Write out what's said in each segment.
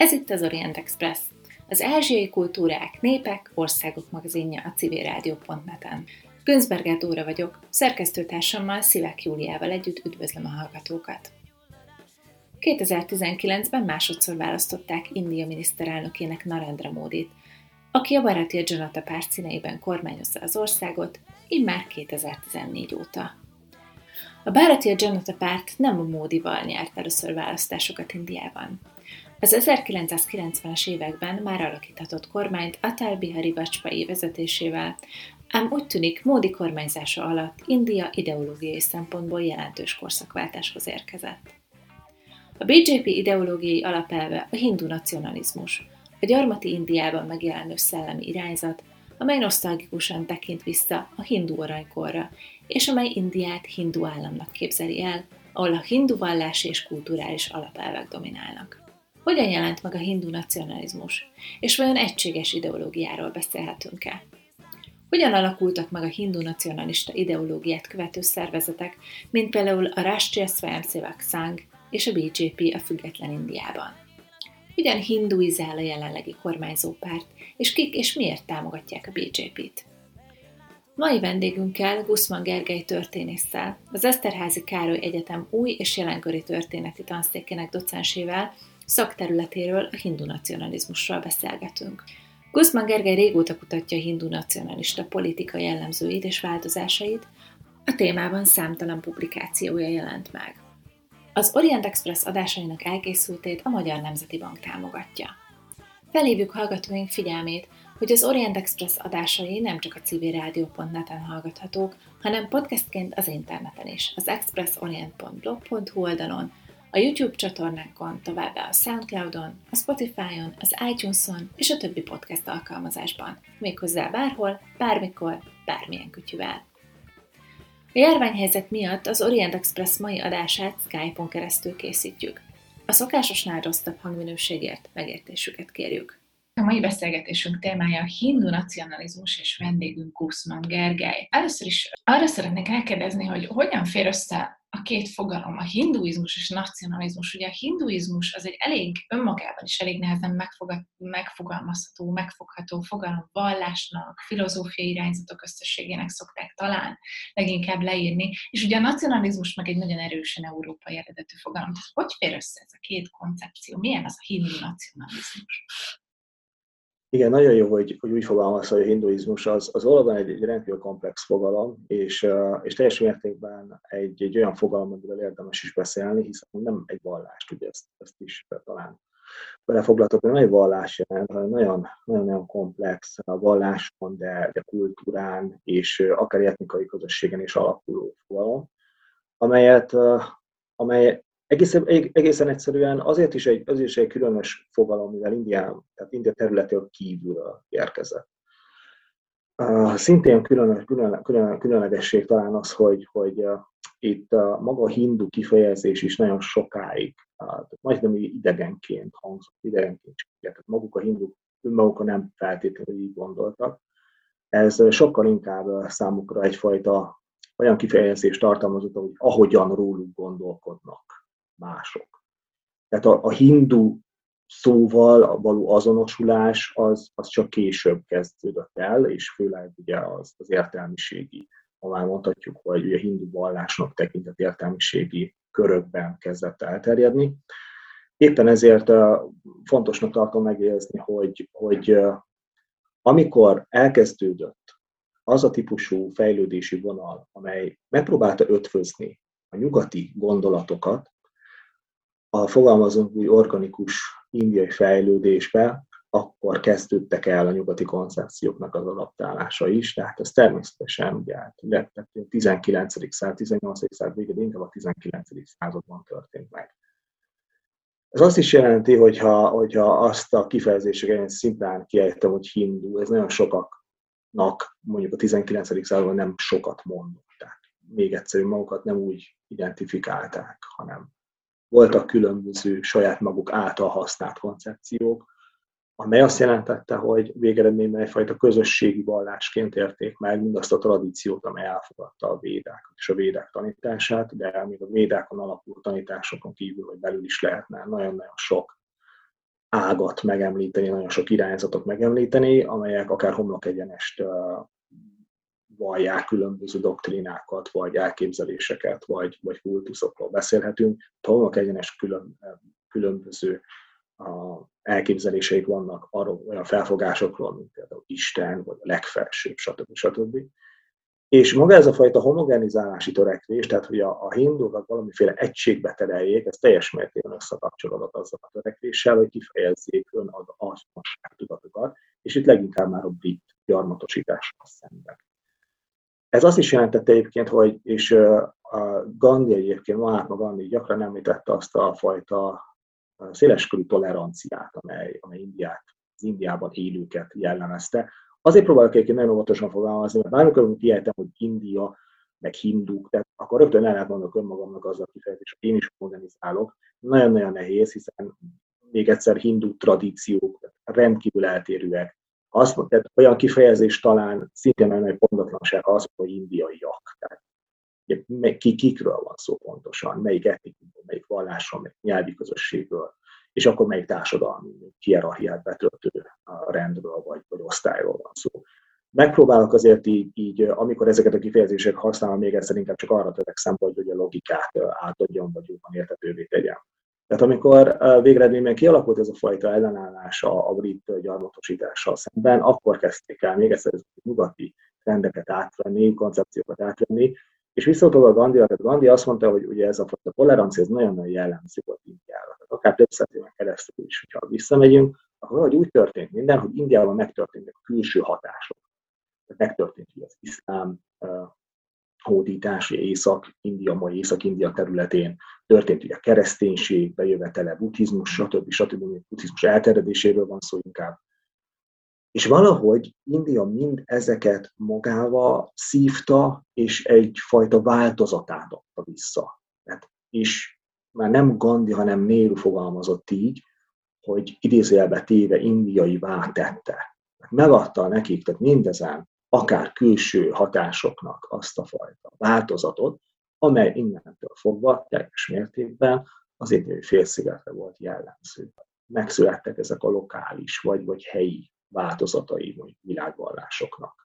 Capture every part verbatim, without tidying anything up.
Ez itt az Orient Express, az ázsiai kultúrák, népek, országok magazinja a civilrádió pont net-en. Günzberger Dóra vagyok, szerkesztőtársammal, Szivák Júliával együtt üdvözlöm a hallgatókat. kétezer-tizenkilencben másodszor választották India miniszterelnökének Narendra Modit, aki a Bharatiya Janata párt színeiben kormányozza az országot, immár kétezer-tizennégy óta. A Bharatiya Janata párt nem a Modival nyert először választásokat Indiában. Az ezerkilencszázkilencvenes években már alakíthatott kormányt Atal Bihari Vajpayee vezetésével, ám úgy tűnik, Modi kormányzása alatt India ideológiai szempontból jelentős korszakváltáshoz érkezett. A bé jé pé ideológiai alapelve a hindu nacionalizmus, a gyarmati Indiában megjelenő szellemi irányzat, amely nosztalgikusan tekint vissza a hindu aranykorra, és amely Indiát hindu államnak képzeli el, ahol a hindu vallási és kulturális alapelvek dominálnak. Hogyan jelent meg a hindu nacionalizmus, és vajon egységes ideológiáról beszélhetünk-e? Hogyan alakultak meg a hindu nacionalista ideológiát követő szervezetek, mint például a Rashtriya Swayamsevak Sangh és a bé jé pé a független Indiában? Hogyan hinduizál a jelenlegi kormányzó párt, és kik és miért támogatják a bé jé pét? Mai vendégünkkel, Guszman Gergely történésszel, az Eszterházy Károly Egyetem új és jelenkori történeti tanszékének docensével szakterületéről, a hindu nacionalizmusról beszélgetünk. Guszman Gergely régóta kutatja a hindu nacionalista politika jellemzőit és változásait, a témában számtalan publikációja jelent meg. Az Orient Express adásainak elkészültét a Magyar Nemzeti Bank támogatja. Felhívjuk hallgatóink figyelmét, hogy az Orient Express adásai nem csak a civilrádió pont net-en hallgathatók, hanem podcastként az interneten is, az expressorient pont blog pont hu oldalon, a YouTube csatornánkon, továbbá a SoundCloudon, a Spotify-on, az iTunes-on és a többi podcast alkalmazásban, méghozzá bárhol, bármikor, bármilyen kütyüvel. A járványhelyzet miatt az Orient Express mai adását Skype-on keresztül készítjük. A szokásosnál rosszabb hangminőségért megértésüket kérjük. A mai beszélgetésünk témája a hindu nacionalizmus, és vendégünk Guszman Gergely. Először is arra szeretnék elkérdezni, hogy hogyan fér össze a két fogalom, a hinduizmus és a nacionalizmus. Ugye a hinduizmus az egy elég önmagában is elég nehezen megfogad, megfogalmazható, megfogható fogalom, vallásnak, filozófiai irányzatok összességének szokták talán leginkább leírni, és ugye a nacionalizmus meg egy nagyon erősen európai eredetű fogalom. Tehát hogy fér össze ez a két koncepció? Milyen az a hindu nacionalizmus? Igen, nagyon jó, hogy, hogy úgy fogalmaz, hogy a hinduizmus az, az valóban egy, egy rendkívül komplex fogalom, és, és teljes mértékben egy, egy olyan fogalom, amivel érdemes is beszélni, hiszen nem egy vallást, ugye ezt, ezt is talán belefoglaltok, hogy nem egy vallás jelent, hanem nagyon, nagyon, nagyon komplex a valláson, de, de kultúrán és akár etnikai közösségen is alapuló fogalom, amelyet, amely Egészen, egészen egyszerűen azért is egy, azért is egy különös fogalom, mivel India, tehát India területéről kívülről érkezett. Uh, szintén különös, külön, külön, különlegesség talán az, hogy, hogy uh, itt uh, maga a hindu kifejezés is nagyon sokáig, uh, majdnem idegenként hangzott, idegenként csak, tehát maguk a hinduk önmagukra nem feltétlenül így gondoltak. Ez sokkal inkább számukra egyfajta olyan kifejezést tartalmazott, hogy ahogyan róluk gondolkodnak mások. Tehát a, a hindu szóval való azonosulás az, az csak később kezdődött el, és főleg ugye az, az értelmiségi, ha már mondhatjuk, hogy ugye hindu vallásnak tekintett értelmiségi körökben kezdett elterjedni. Éppen ezért uh, fontosnak tartom megjegyezni, hogy, hogy uh, amikor elkezdődött az a típusú fejlődési vonal, amely megpróbálta ötvözni a nyugati gondolatokat, a fogalmazunk úgy organikus indiai fejlődésbe, akkor kezdődtek el a nyugati koncepcióknak az adaptálása is, tehát ez természetesen ugye a tizenkilencedik század, tizennyolcadik század végén, inkább a tizenkilencedik században történt meg. Ez azt is jelenti, hogyha, hogyha azt a kifejezéseket szintén kiejtem, hogy hindu, ez nagyon sokaknak mondjuk a tizenkilencedik században nem sokat mondott. Tehát még egyszerűen magukat nem úgy identifikálták, hanem voltak különböző saját maguk által használt koncepciók, amely azt jelentette, hogy végeredményben egyfajta közösségi vallásként érték meg mindazt a tradíciót, amely elfogadta a védákat és a védák tanítását, de még a védákon alapuló tanításokon kívül, vagy belül is lehetne nagyon-nagyon sok ágat megemlíteni, nagyon sok irányzatot megemlíteni, amelyek akár homlokegyenest vallják különböző doktrinákat, vagy elképzeléseket, vagy, vagy kultuszokról beszélhetünk. Homlokegyenes külön, különböző a elképzeléseik vannak arról, olyan felfogásokról, mint például Isten, vagy a legfelsőbb, stb. stb. És maga ez a fajta homogenizálási törekvés, tehát hogy a, a hindukat valamiféle egységbe tereljék, ez teljes mértékben összekapcsolódott azzal a törekvéssel, hogy kifejezzék önazonosságtudatukat, és itt leginkább már a brit gyarmatosítással szemben. Ez azt is jelentette egyébként, hogy, és a Gandhi egyébként, Mahatma Gandhi gyakran említette azt a fajta széleskörű toleranciát, amely, amely Indiát, az Indiában élőket jellemezte. Azért próbálok egyébként nagyon óvatosan fogalmazni, mert bármikor kiejtem, hogy India, meg hinduk, tehát akkor rögtön el lehet mondani önmagamnak azzal a kifejezés, hogy én is modernizálok. Nagyon-nagyon nehéz, hiszen még egyszer hindu tradíciók rendkívül eltérőek. Azt mondta, olyan kifejezés talán szintén nagyon egy pontatlanság az, hogy indiaiak. Tehát, ki, kikről van szó pontosan, melyik etnikumból, melyik vallásról, melyik nyelvi közösségről, és akkor melyik társadalmi hierarchiát betöltő rendről vagy, vagy osztályról van szó. Megpróbálok azért így, így, amikor ezeket a kifejezések használom, még egyszer inkább csak arra törekszem, hogy a logikát átadjon, vagy jobban érthetővé tegyen. Tehát amikor végeredményben kialakult ez a fajta ellenállás a, a brit gyarmatosítással szemben, akkor kezdték el még egyszer nyugati trendeket átvenni, koncepciókat átvenni, és visszatolva a Gandhi, tehát Gandhi azt mondta, hogy ugye ez a fajta tolerancia ez nagyon-nagyon jellemző volt Indiára. Tehát akár több száz éven keresztül is, hogyha visszamegyünk, akkor valahogy úgy történt minden, hogy Indiában megtörténtek a külső hatások. Tehát megtörtént ugye az iszlám uh, hódítás, Észak-India, mai Észak-India területén, történt ugye a kereszténység, bejövetele, buddhizmus, stb. stb. Buddhizmus elterjedéséről van szó inkább. És valahogy India mind ezeket magával szívta, és egyfajta változatát adta vissza. Tehát, és már nem Gandhi, hanem Nehru fogalmazott így, hogy idézőjelbe téve indiaivá tette. Megadta nekik, tehát mindezen akár külső hatásoknak azt a fajta változatot, amely innentől fogva teljes mértékben az indiai félszigetre volt jellemző. Megszülettek ezek a lokális vagy, vagy helyi változatai vagy világvallásoknak.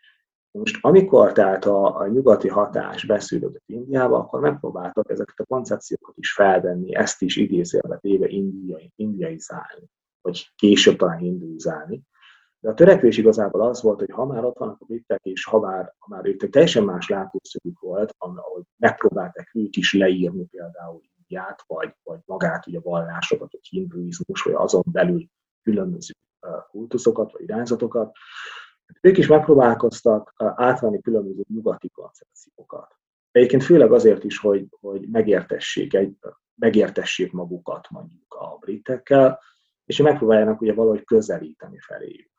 Most amikor tehát a, a nyugati hatás beszűrődött Indiába, akkor megpróbáltak ezeket a koncepciókat is felvenni, ezt is idézőjelbe téve indiai, indiaizálni, vagy később talán hinduizálni. De a törekvés igazából az volt, hogy ha már ott vannak a britek, és ha már, ha már ők teljesen más látószögük volt, ahogy megpróbálták ők is leírni például Indiát, vagy, vagy magát ugye a vallásokat, vagy hinduizmus, vagy azon belül különböző kultuszokat, vagy irányzatokat, ők is megpróbálkoztak átvenni különböző nyugati koncepciókat. Egyébként főleg azért is, hogy, hogy megértessék, egy, megértessék magukat mondjuk a britekkel, és megpróbáljanak ugye valahogy közelíteni feléjük.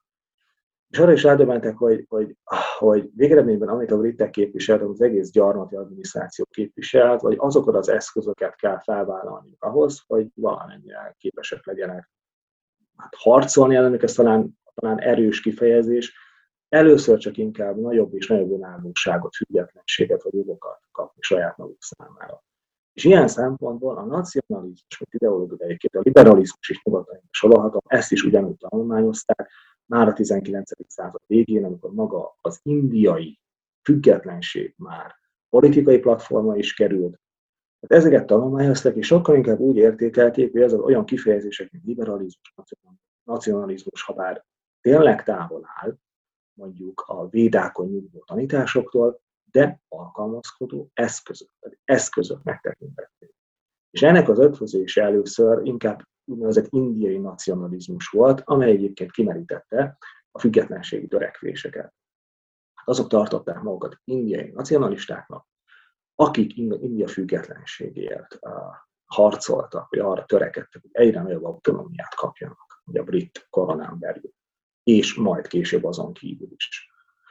És arra is rádöbbentek, hogy, hogy, hogy végeredményben, amit a britek képviseltek, az egész gyarmati adminisztráció képviselt, vagy azokat az eszközöket kell felvállalni ahhoz, hogy valamennyire képesek legyenek hát harcolni ellenük, ez talán, talán erős kifejezés, először csak inkább nagyobb és nagyobb önállóságot, függetlenséget vagy jogokat kapni saját maguk számára. És ilyen szempontból a nacionalizmus, mint ideológia, egyébként a liberalizmus is nyugaton sorolhatom, ezt is ugyanúgy tanulmányozták, már a tizenkilencedik század végén, amikor maga az indiai függetlenség már politikai platforma is került. Tehát ezeket tanulmányozták, és sokkal inkább úgy értékelték, hogy ez az olyan kifejezések, mint liberalizmus, nacionalizmus, ha bár tényleg távol áll, mondjuk a védákon nyugvó tanításoktól, de alkalmazkodó eszközök, tehát eszközök megtekintették. És ennek az ötvözése először inkább úgynevezett indiai nacionalizmus volt, amely egyébként kimerítette a függetlenségi törekvéseket. Azok tartották magukat indiai nacionalistáknak, akik India függetlenségéért uh, harcoltak, vagy arra törekedtek, hogy egyre nagyobb autonómiát kapjanak, ugye a brit koronán belül, és majd később azon kívül is.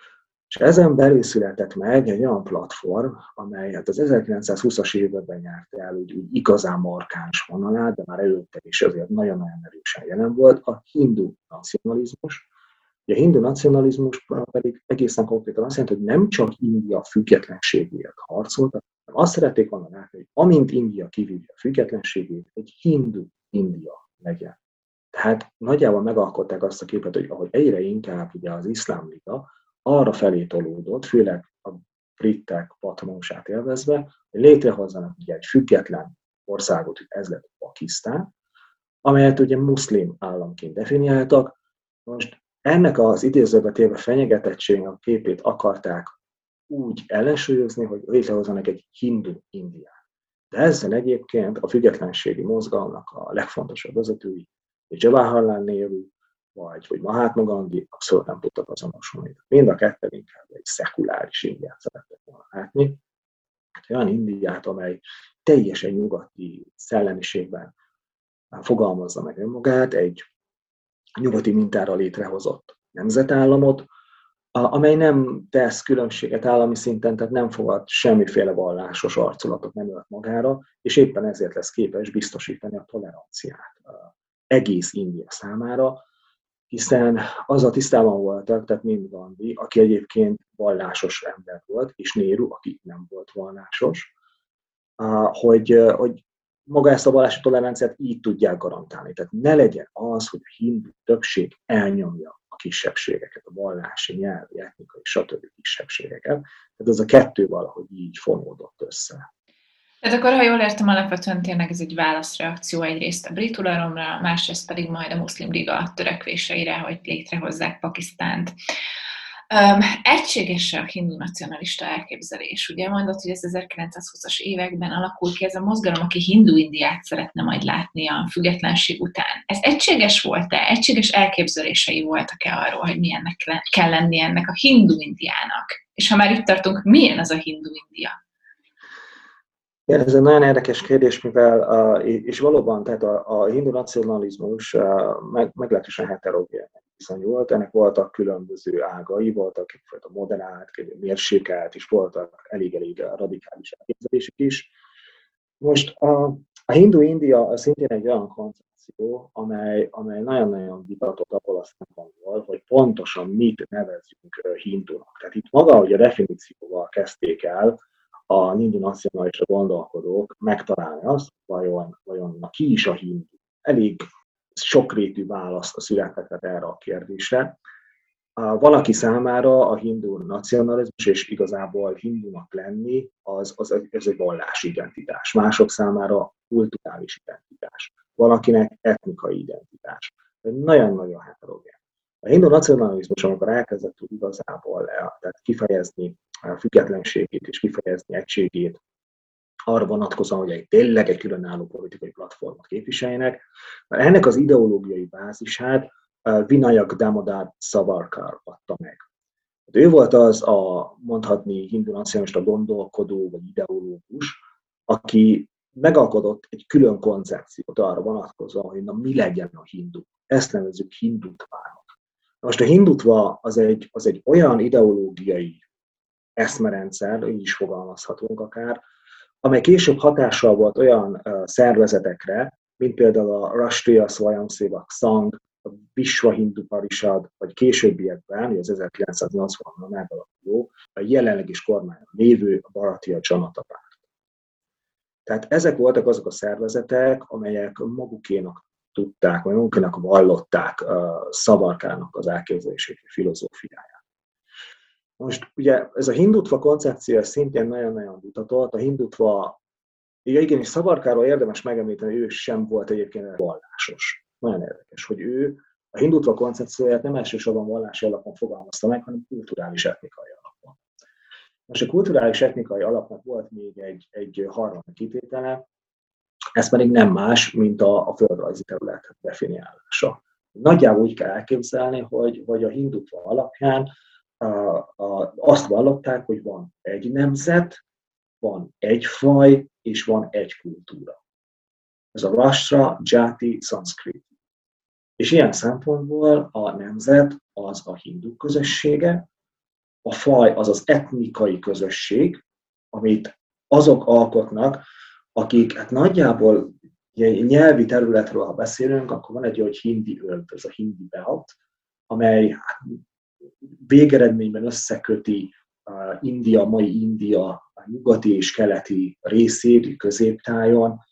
És ezen belül született meg egy olyan platform, amely hát az ezerkilencszázhúszas években nyert el úgy, úgy igazán markáns vonalát, de már előtte is azért nagyon-nagyon erősen jelen volt, a hindu nacionalizmus. A hindu nacionalizmus pedig egészen konkrétan azt jelenti, hogy nem csak India függetlenségéért harcoltak, hanem azt szerették volna látni, hogy amint India kivívja a függetlenségét, egy hindu India legyen. Tehát nagyjából megalkották azt a képet, hogy ahogy egyre inkább ugye az iszlám liga arra felé tolódott, főleg a britek patronusát élvezve, hogy létrehozzanak ugye egy független országot, hogy ez lett Pakisztán, amelyet ugye muszlim államként definiáltak. Most ennek az idézőbe téve fenyegetettségnek a képét akarták úgy ellensúlyozni, hogy létrehozzanak egy hindu Indiát. De ezzel egyébként a függetlenségi mozgalomnak a legfontosabb vezetői, hogy Jawaharlal Nehru vagy, vagy Mahatma Gandhi abszolút nem tudtak azonosulni. Mind a ketten inkább egy szekuláris Indiát szerettek volna látni. Olyan Indiát, amely teljesen nyugati szellemiségben fogalmazza meg önmagát, egy nyugati mintára létrehozott nemzetállamot, amely nem tesz különbséget állami szinten, tehát nem fogad semmiféle vallásos arculatot, nem ölt magára, és éppen ezért lesz képes biztosítani a toleranciát egész India számára, hiszen azzal tisztában voltak, tehát mind Gandhi, aki egyébként vallásos ember volt, és Nehru, aki nem volt vallásos, hogy, hogy maga ezt a vallási toleranciát így tudják garantálni. Tehát ne legyen az, hogy a hindu többség elnyomja a kisebbségeket, a vallási, nyelvi, etnikai, stb. Kisebbségeket. Tehát ez a kettő valahogy így fonódott össze. Tehát akkor, ha jól értem, alapvetően tényleg ez egy válaszreakció egyrészt a brit uralomra, másrészt pedig majd a muszlim liga törekvéseire, hogy létrehozzák Pakisztánt. Um, egységes a hindu nacionalista elképzelés. Ugye mondod, hogy ez ezerkilencszázhúszas években alakul ki ez a mozgalom, aki hindu Indiát szeretne majd látni a függetlenség után. Ez egységes volt-e? Egységes elképzelései voltak-e arról, hogy milyennek kell lenni ennek a hindu Indiának? És ha már itt tartunk, milyen az a hindu India? Ja, ez egy nagyon érdekes kérdés, mivel, és valóban tehát a, a hindu nacionalizmus meg, meglehetősen heterogén viszonyult, ennek voltak különböző ágai, voltak egyfajta moderált, mérsékelt, és voltak elég-elég radikális elképzelések is. Most a, a hindu India szintén egy olyan koncepció, amely, amely nagyon-nagyon vitatott abból a szempontból, hogy pontosan mit nevezzünk hindunak. Tehát itt maga, hogy a definícióval kezdték el a hindu nacionalista gondolkodók megtalálni azt, vajon, vajon ki is a hindu. Elég sokrétű választ született erre a kérdésre. Valaki számára a hindu nacionalizmus, és igazából hindunak lenni, az, az, az egy vallási identitás. Mások számára kulturális identitás. Valakinek etnikai identitás. Nagyon-nagyon heterogén. A hindu nacionalizmus, amikor elkezdett igazából tehát kifejezni a függetlenségét és kifejezni egységét, arra vonatkozóan, hogy egy tényleg egy különálló politikai platformot képviseljenek, mert ennek az ideológiai bázisát Vinayak Damodar Savarkar adta meg. Ő volt az a mondhatni hindu nacionalista gondolkodó vagy ideológus, aki megalkotott egy külön koncepciót arra vonatkozóan, hogy na mi legyen a hindu. Ezt nevezzük hindutvának. Most a hindutva az egy, az egy olyan ideológiai eszmerendszer, így is fogalmazhatunk akár, amely később hatással volt olyan uh, szervezetekre, mint például a Rashtriya Swayamsevak Sangh, a Vishwa Hindu Parishad, vagy későbbiekben, az ezerkilencszáznyolcvanban megalakuló, a jelenleg is kormányon lévő a Bharatiya Janata Párt. Tehát ezek voltak azok a szervezetek, amelyek magukénak tudták, vagy magukénak vallották uh, Savarkarnak az elképzelését, filozófiáját. Most ugye ez a hindutva koncepció szintén nagyon-nagyon vitatott. A hindutva, igen, és Savarkarról érdemes megemlíteni, ő sem volt egyébként vallásos. Nagyon érdekes, hogy ő a hindutva koncepcióját nem elsősorban vallási alapon fogalmazta meg, hanem kulturális etnikai alapon. Most a kulturális etnikai alapnak volt még egy, egy harmadik kitétele, ez pedig nem más, mint a, a földrajzi terület definiálása. Nagyjából úgy kell elképzelni, hogy, hogy a hindutva alapján A, a, azt vallották, hogy van egy nemzet, van egy faj, és van egy kultúra. Ez a Rashtra, Jati, Sanskrit. És ilyen szempontból a nemzet az a hindu közössége, a faj az az etnikai közösség, amit azok alkotnak, akik hát nagyjából nyelvi területről, ha beszélünk, akkor van egy olyan hindi ölt, ez a hindi belt, amely hát, végeredményben összeköti uh, India, mai India, a nyugati és keleti részét, középtájon,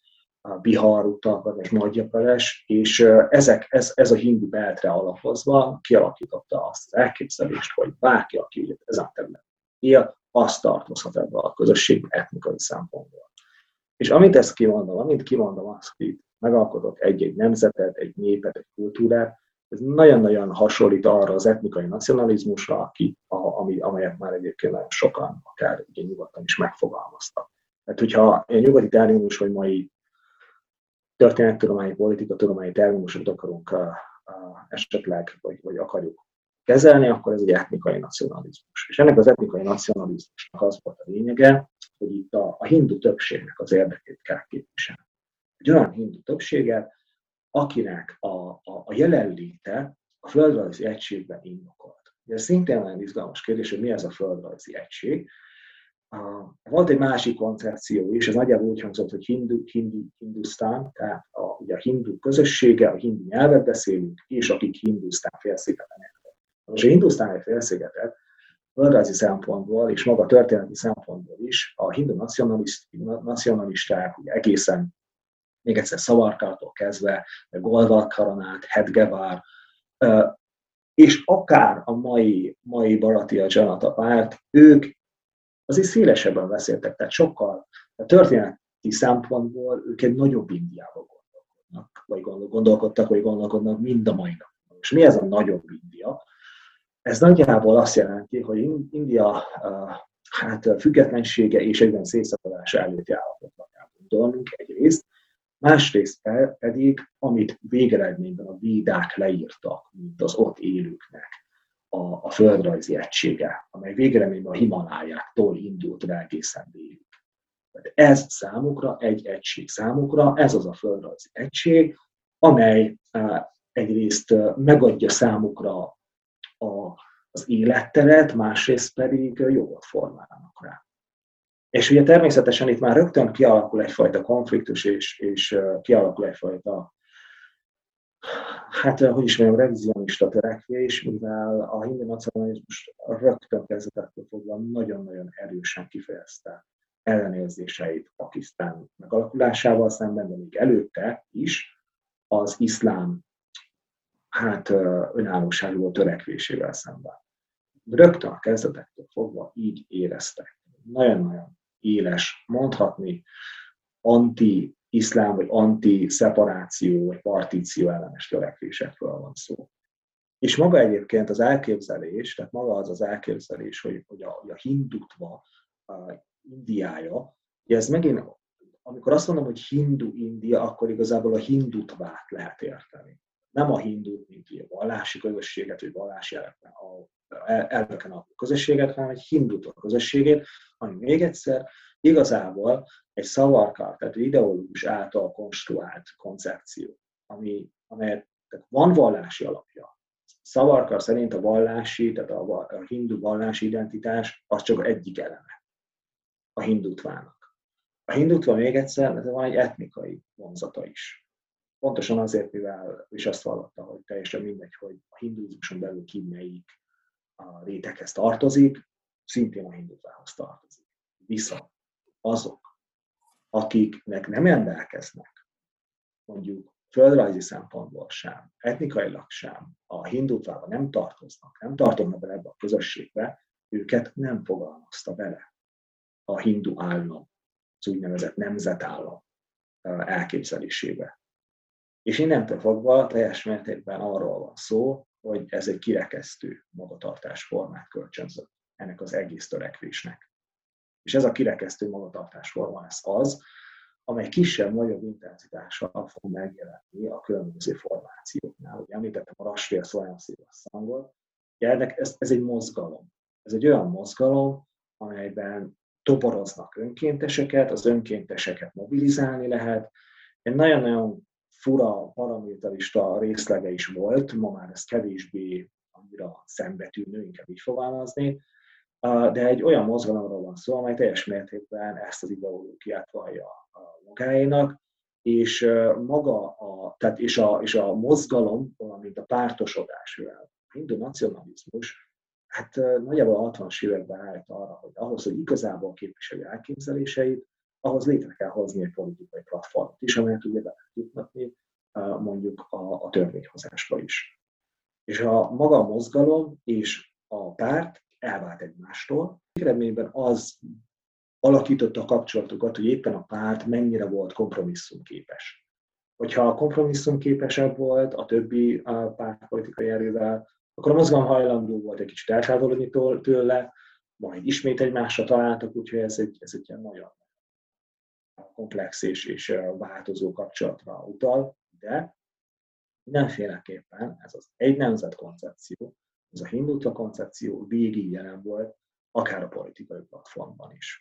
a Bihar, Uttar Pradesh, Madhya Pradesh, és ezek, ez, ez a hindu beltre alapozva kialakította azt az elképzelést, hogy bárki, aki ezen a területen él, azt tartozhat ebbe a közösségbe etnikai szempontból. És amint ezt kimondom, amint kimondom azt, hogy megalkotok egy-egy nemzetet, egy népet, egy kultúrát, ez nagyon-nagyon hasonlít arra az etnikai nacionalizmusra, aki, a, ami, amelyet már egyébként nagyon sokan, akár ugye nyugodtan is megfogalmaztak. Tehát, hogyha egy nyugati terminus, vagy mai történettudományi, politikatudományi terminusokat akarunk uh, uh, esetleg, vagy, vagy akarjuk kezelni, akkor ez egy etnikai nacionalizmus. És ennek az etnikai nacionalizmusnak az volt a lényege, hogy itt a, a hindu többségnek az érdekét kell képviselni. Egy olyan hindu többséget, akinek a, a, a jelenléte a földrajzi egységben indokolt. Ez szintén nagyon izgalmas kérdés, hogy mi ez a földrajzi egység. Uh, volt egy másik koncepció is, ez nagyjából úgy hangzott, hogy hindu, hindu, hindusztán, tehát a, ugye a hindu közössége, a hindu nyelvet beszélünk, és akik hindusztán félszigeten élnek. Most a hindusztáni félszigetet földrajzi szempontból és maga történeti szempontból is a hindu nacionalisták ugye egészen még egyszer Szavarkártól kezdve, Golvalkaranát, Hedgewar, és akár a mai, mai Bharatiya Janata párt, ők azért szélesebben beszéltek, tehát sokkal a történeti szempontból ők egy nagyobb Indiába gondolkodnak, vagy gondolkodtak, vagy gondolkodnak mind a mai napon. És mi ez a nagyobb India? Ez nagyjából azt jelenti, hogy India hát, függetlensége és egyben szétszabadulása előtti állapotban kell gondolnunk egyrészt, másrészt pedig, amit végeredményben a védák leírtak, mint az ott élőknek a, a földrajzi egysége, amely végeredményben a Himalájáktól indult rá egészen délig. Ez számukra egy egység számukra, ez az a földrajzi egység, amely egyrészt megadja számukra a, az életteret, másrészt pedig jogot formálnak rá. És ugye természetesen itt már rögtön kialakul egyfajta konfliktus, és, és kialakul egyfajta, hát hogy is mondjam, revizionista törekvés, mivel a hindu nacionalizmus rögtön kezdetektől fogva nagyon-nagyon erősen kifejezte ellenérzéseit Pakisztán megalakulásával szemben, de még előtte is az iszlám hát önállóságú törekvésével szemben. Rögtön a kezdetektől fogva így éreztek. Nagyon-nagyon éles, mondhatni anti-iszlám, vagy anti-szeparáció, vagy partíció ellenes törekvésekről van szó. És maga egyébként az elképzelés, tehát maga az az elképzelés, hogy, hogy, a, hogy a hindutva a Indiája, ez megint, amikor azt mondom, hogy hindu India, akkor igazából a hindutvát lehet érteni. Nem a hindut, mint a vallási közösséget, vagy vallási elveken a, elveken a közösséget, hanem egy hindutva közösségét, ami még egyszer igazából egy Savarkar, tehát ideológus által konstruált koncepció, ami, amelyet van vallási alapja. Savarkar szerint a vallási, tehát a, a hindu vallási identitás az csak egyik eleme a hindutvának. A hindutva még egyszer, de van egy etnikai vonzata is. Pontosan azért, mivel is azt vallotta, hogy teljesen mindegy, hogy a hinduizmuson belül ki melyik a réteghez tartozik, szintén a hindutvához tartozik. Viszont azok, akiknek nem rendelkeznek, mondjuk földrajzi szempontból sem, etnikailag sem, a hindutvában nem tartoznak, nem tartoznak bele ebbe a közösségbe, őket nem fogalmazta bele a hindu állam, az úgynevezett nemzetállam elképzelésébe. És innentől fogva teljes mértékben arról van szó, hogy ez egy kirekesztő magatartásformát kölcsönzött ennek az egész törekvésnek. És ez a kirekesztő magatartásforma lesz az, amely kisebb-nagyobb intenzitással fog megjelenni a különböző formációknál. Ugye említettem a Rashtriya Swayamsevak Sanghat, ez, ez egy mozgalom. Ez egy olyan mozgalom, amelyben toboroznak önkénteseket, az önkénteseket mobilizálni lehet. Egy nagyon-nagyon fura, paramilitarista részlege is volt, ma már ez kevésbé annyira szembetűnő, inkább így fogalmazni, de egy olyan mozgalomról van szó, amely teljes mértékben ezt az ideológiát vallja magáénak, és maga a, tehát és a, és a mozgalom, valamint a pártosodás, a hindu nacionalizmus, hát nagyjából a hatvanas években állt arra, hogy ahhoz, hogy igazából képviselje elképzeléseit, ahhoz létre kell hozni egy politikai platformot is, amelyet ugye be lehet juttatni mondjuk a, a törvényhozásba is. És a maga a mozgalom és a párt elvált egymástól. Végeredményben az alakította a kapcsolatokat, hogy éppen a párt mennyire volt kompromisszumképes. Hogyha kompromisszumképesebb volt a többi pártpolitikai erővel, akkor a mozgalom hajlandó volt egy kicsit eltávolodni tőle, majd ismét egymásra találtak, úgyhogy ez egy, ez egy ilyen nagyon komplex és, és változó kapcsolatra utal, de mindenféleképpen ez az egy nemzet koncepció, ez a hindutva koncepció végig jelen volt, akár a politikai platformban is.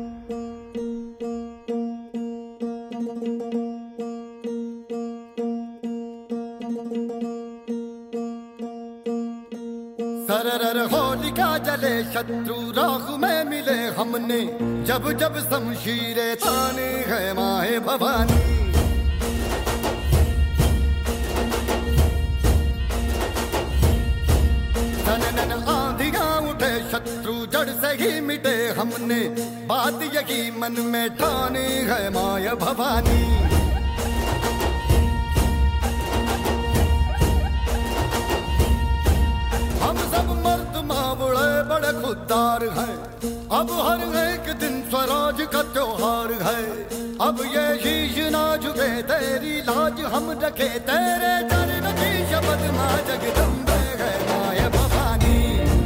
सरर होलिका जले शत्रु राह में मिले हमने जब जब शमशीरे ताने है माए भवानी नन आंधियां उठे शत्रु जड़ से ही मिटे हमने बात यही मन में ठानी है माय भवानी हम सब मर्द मावड़े बड़े खुददार हैं अब हर एक दिन स्वराज का त्योहार है अब ये शीश ना झुके तेरी लाज हम रखे तेरे चरण की शपथ मां जगदम्बे है माय भवानी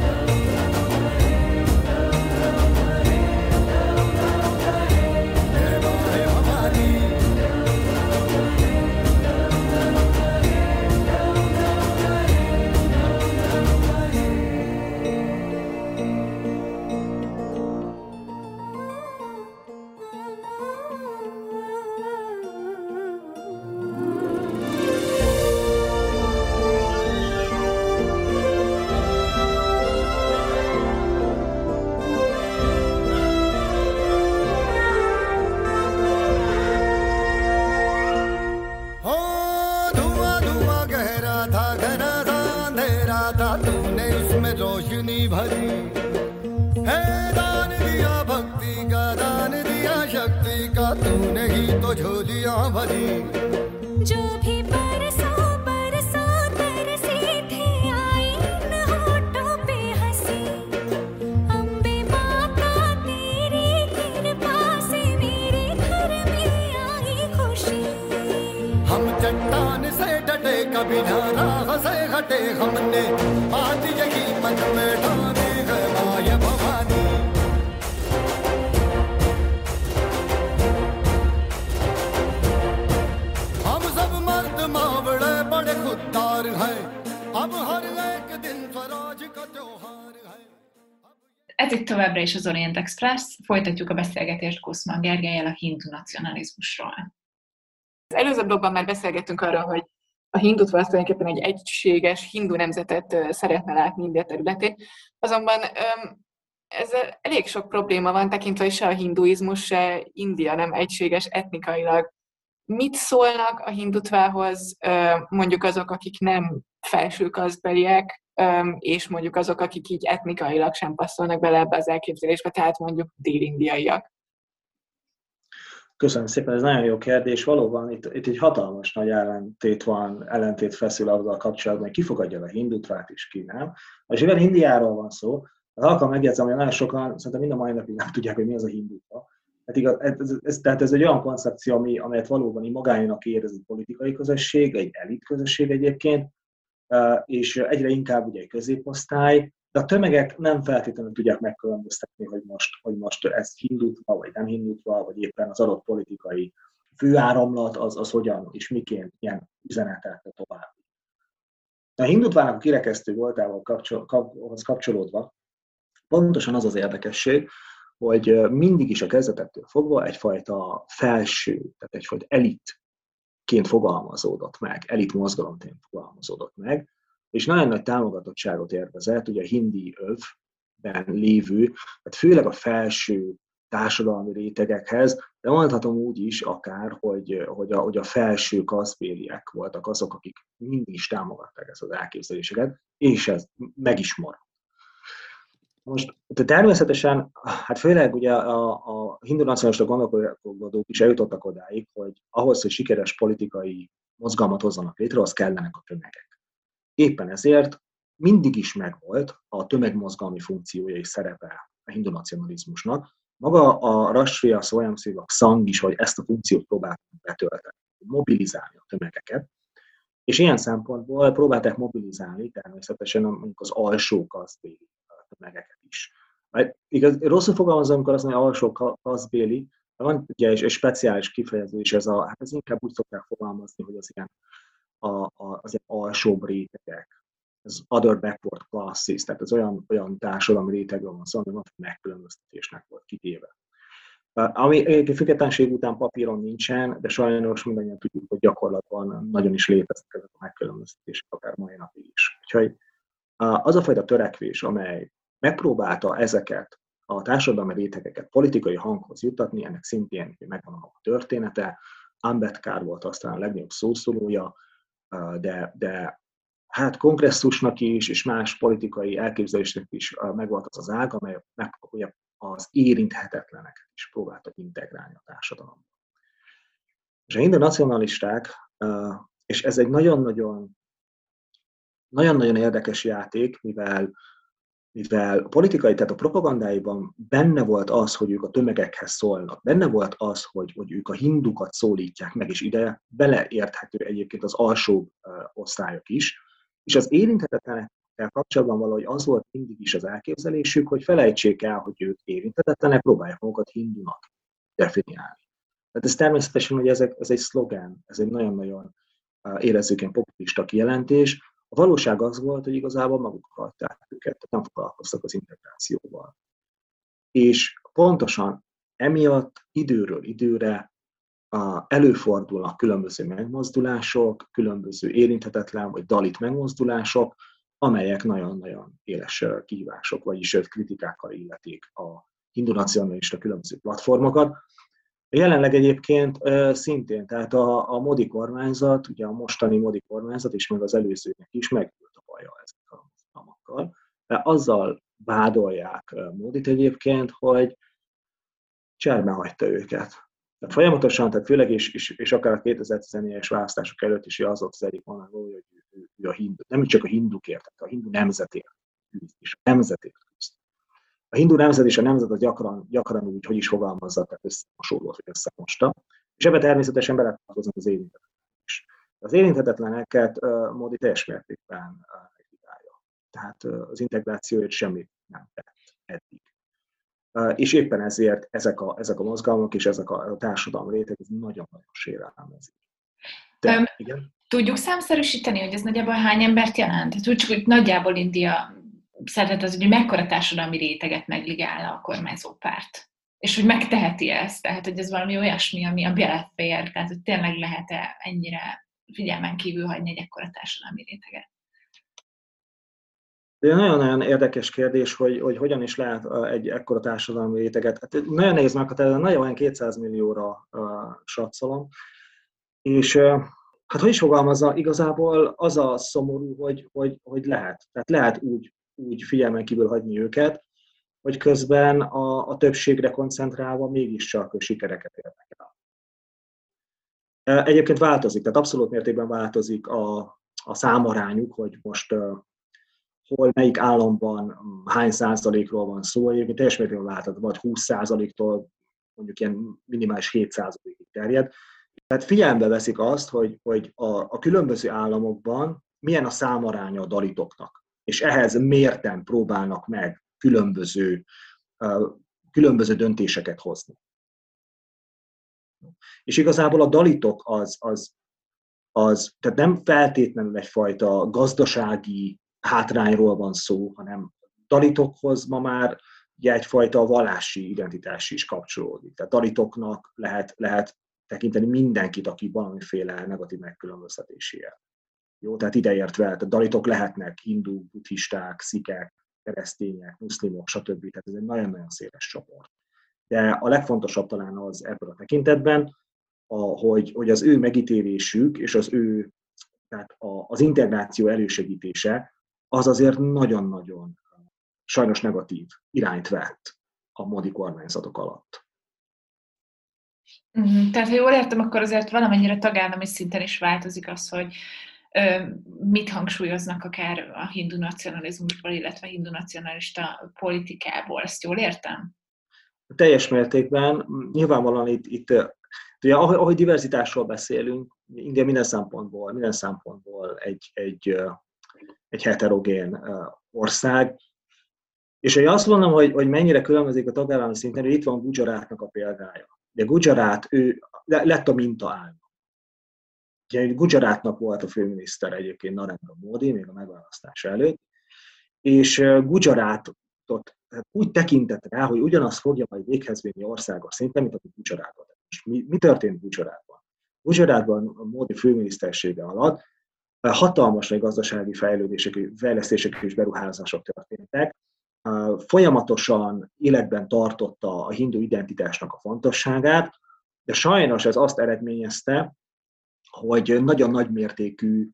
भरी है दान दिया भक्ति का दान दिया शक्ति का तूने ही तो झोलियां भरी जो भी बरसो बरसो तरसे थे आई न होठों पे हंसी अम्बे माता तेरी कृपा से मेरे घर में आई खुशी हम चट्टान से डटे कभी ना राह से हटे हमने बात यही मन में ठानी है माय भवानी हम सब मर्द मावड़े बड़े खुददार हैं अब हर एक दिन स्वराज का त्योहार है. Ez itt továbbra is az Orient Express, folytatjuk a beszélgetést Kuszman Gergellyel a hindu nacionalizmusról. Az előző blogban már beszélgettünk arról, hogy a hindutva az tulajdonképpen egy egységes hindu nemzetet szeretne látni India területén. Azonban ez elég sok probléma van, tekintve, hogy se a hinduizmus, se India nem egységes etnikailag. Mit szólnak a hindutvához mondjuk azok, akik nem felsőkasztbeliek, és mondjuk azok, akik így etnikailag sem passzolnak bele ebbe az elképzelésbe, tehát mondjuk dél-indiaiak? Köszönöm szépen, ez nagyon jó kérdés. Valóban itt, itt egy hatalmas nagy ellentét van, ellentét feszül azzal kapcsolatban, hogy ki fogadja a hindutvát és ki nem. És mivel Indiáról van szó, az alkalom megjegyzem, hogy nagyon sokan szerintem mind a mai napig nem tudják, hogy mi az a hindutva. Tehát ez, ez, ez, ez egy olyan koncepció, ami, amelyet valóban magánynak érez egy politikai közösség, egy elit közösség egyébként, és egyre inkább ugye egy középosztály, de a tömegek nem feltétlenül tudják megkülönböztetni, hogy most, hogy most ez hindutva, vagy nem hindutva, vagy éppen az adott politikai főáramlat, az, az hogyan és miként ilyen üzenetet tovább. A hindutvának a kirekesztő voltával kapcsol, kapcsolódva pontosan az az érdekesség, hogy mindig is a kezdetektől fogva egyfajta felső, tehát egyfajta elitként fogalmazódott meg, elit mozgalomként fogalmazódott meg, és nagyon nagy támogatottságot élvezett, ugye a hindi övben lévő, tehát főleg a felső társadalmi rétegekhez, de mondhatom úgy is akár, hogy, hogy, a, hogy a felső kasztbéliek voltak azok, akik mindig is támogatták ezt az elképzeléseket, és ez meg is maradt. Most természetesen, hát főleg ugye a, a hindu nacionalista gondolkodók is eljutottak odáig, hogy ahhoz, hogy sikeres politikai mozgalmat hozzanak létre, az kellenek a tömegek. Éppen ezért mindig is megvolt a tömegmozgalmi funkciója és szerepe a hindu nacionalizmusnak. Maga a Rashtriya Swayamsevak Sangh is, hogy ezt a funkciót próbálták betölteni, mobilizálni a tömegeket, és ilyen szempontból próbálták mobilizálni természetesen mondjuk az alsó kasztbéli tömegeket is. Igaz, rosszul fogalmazom, amikor azt mondja, hogy alsó kasztbéli, van ugye egy speciális kifejezés, ez, a, hát ez inkább úgy szokták fogalmazni, hogy az ilyen, a, a, az ilyen alsóbb rétegek, az other backward classes, tehát az olyan, olyan társadalmi rétegről van szó, ami van, hogy megkülönböztetésnek volt kitéve. Ami egyébként függetlenség után papíron nincsen, de sajnos mindannyian tudjuk, hogy gyakorlatban nagyon is léteznek ezek a megkülönböztetések, akár mai napig is. Úgyhogy az a fajta törekvés, amely megpróbálta ezeket a társadalmi rétegeket politikai hanghoz juttatni, ennek szintén megvan a története. Ambedkar volt aztán a legnagyobb szószólója, de, de hát kongresszusnak is, és más politikai elképzelésnek is megvolt az az ág, amely megpróbálja az érinthetetleneket is próbáltak integrálni a társadalomba. És a hindu nacionalisták, és ez egy nagyon-nagyon, nagyon-nagyon érdekes játék, mivel, mivel a politikai, tehát a propagandáiban benne volt az, hogy ők a tömegekhez szólnak, benne volt az, hogy, hogy ők a hindukat szólítják meg, és ide beleérthető egyébként az alsóbb osztályok is, és az érinthetetlenek kapcsolatban valahogy az volt mindig is az elképzelésük, hogy felejtsék el, hogy ők érinthetetlenek, próbálják magukat hindunak definiálni. Tehát ez természetesen, hogy ez, ez egy szlogen, ez egy nagyon-nagyon érezzékeny populista kijelentés. A valóság az volt, hogy igazából maguk hagyták őket, tehát nem foglalkoztak az integrációval. És pontosan emiatt időről időre előfordulnak különböző megmozdulások, különböző érinthetetlen vagy dalit megmozdulások, amelyek nagyon-nagyon éles kihívások, vagyis kritikákkal illetik a hindu nacionalista különböző platformokat. Jelenleg egyébként szintén, tehát a, a Modi kormányzat, ugye a mostani Modi kormányzat, és még az előzőnek is megült a baja ezekkel a mozgalmakkal, de azzal vádolják Modit egyébként, hogy cserben hagyta őket. Tehát folyamatosan, tehát főleg és, és, és akár a kétezer-tizennégyes választások előtt is az volt az egyik mondani, hogy ő, ő a hindu, nem csak a hindukért, tehát a hindu nemzetért küzd, és a nemzetért küzd. A hindu nemzet és a nemzet az gyakran, gyakran úgy, hogy is fogalmazza, tehát összemosódott, hogy összemosta. És ebben természetesen beletartoznak az érinthetetlenek is. Az érinthetetleneket uh, Modi teljes mértékben kritizálja. Uh, tehát uh, az integrációért semmit nem tett eddig. Uh, és éppen ezért ezek a, ezek a mozgalmak és ezek a, a társadalmi réteg nagyon-nagyon sérelmezik. Um, tudjuk számszerűsíteni, hogy ez nagyjából hány embert jelent? Hát úgy csak, hogy nagyjából India szerinted az, hogy mekkora társadalmi réteget megligál a kormányzó párt. És hogy megteheti ezt, tehát hogy ez valami olyasmi, ami a belefér, tehát hogy tényleg lehet-e ennyire figyelmen kívül hagyni egy ekkora társadalmi réteget. De nagyon-nagyon érdekes kérdés, hogy, hogy hogyan is lehet egy ekkora társadalmi réteget. Hát nagyon nehéz meghatározni, nagyon olyan kétszáz millióra uh, satszolom. És uh, hát hogy is fogalmazza, igazából az a szomorú, hogy, hogy, hogy lehet. Tehát lehet úgy, úgy figyelmen kívül hagyni őket, hogy közben a, a többségre koncentrálva mégiscsak sikereket érnek el. Egyébként változik, tehát abszolút mértékben változik a, a számarányuk, hogy most uh, hol, melyik államban hány százalékról van szó, egyébként teljes mértékben változik, vagy húsz százaléktól mondjuk ilyen minimális hét százalékig terjed. Tehát figyelembe veszik azt, hogy, hogy a, a különböző államokban milyen a számaránya a dalitoknak, és ehhez mérten próbálnak meg különböző, uh, különböző döntéseket hozni. És igazából a dalitok az, az, az, tehát nem feltétlenül egyfajta gazdasági hátrányról van szó, hanem dalitokhoz ma már ugye egyfajta vallási identitás is kapcsolódik. Tehát dalitoknak lehet, lehet tekinteni mindenkit, aki valamiféle negatív megkülönböztetés él. Jó, tehát ideértve, tehát dalitok lehetnek hindú, buddhisták, szikek, keresztények, muszlimok, stb. Tehát ez egy nagyon-nagyon széles csoport. De a legfontosabb talán az ebből a tekintetben, a, hogy, hogy az ő megítélésük és az ő, tehát a, az integráció elősegítése az azért nagyon-nagyon sajnos negatív irányt vett a Modi kormányzatok alatt. Uh-huh. Tehát, ha jól értem, akkor azért valamennyire tagállami szinten is változik az, hogy ö, mit hangsúlyoznak akár a hindu nacionalizmusból, illetve hindu nacionalista politikából. Ezt jól értem? Teljes mértékben. Nyilvánvalóan itt, itt ugye, ahogy diverzitásról beszélünk, India minden szempontból, minden szempontból egy, egy, egy heterogén ország. És hogy azt mondom, hogy, hogy mennyire különbözik a tagállami szinten, hogy itt van Gujaratnak a példája. De Gujarat, ő lett a mintaállam. Ugye Gujaratnak volt a főminiszter egyébként Narendra Modi, még a megválasztás előtt, és Gujaratot úgy tekintett rá, hogy ugyanazt fogja majd véghez vinni országos szinten, mint aki Gujaratban. Mi, mi történt Gujaratban? Gujaratban a Modi főminisztersége alatt hatalmas nagy gazdasági fejlődések, fejlesztések és beruházások történtek. Folyamatosan életben tartotta a hindu identitásnak a fontosságát, de sajnos ez azt eredményezte, hogy nagyon nagy mértékű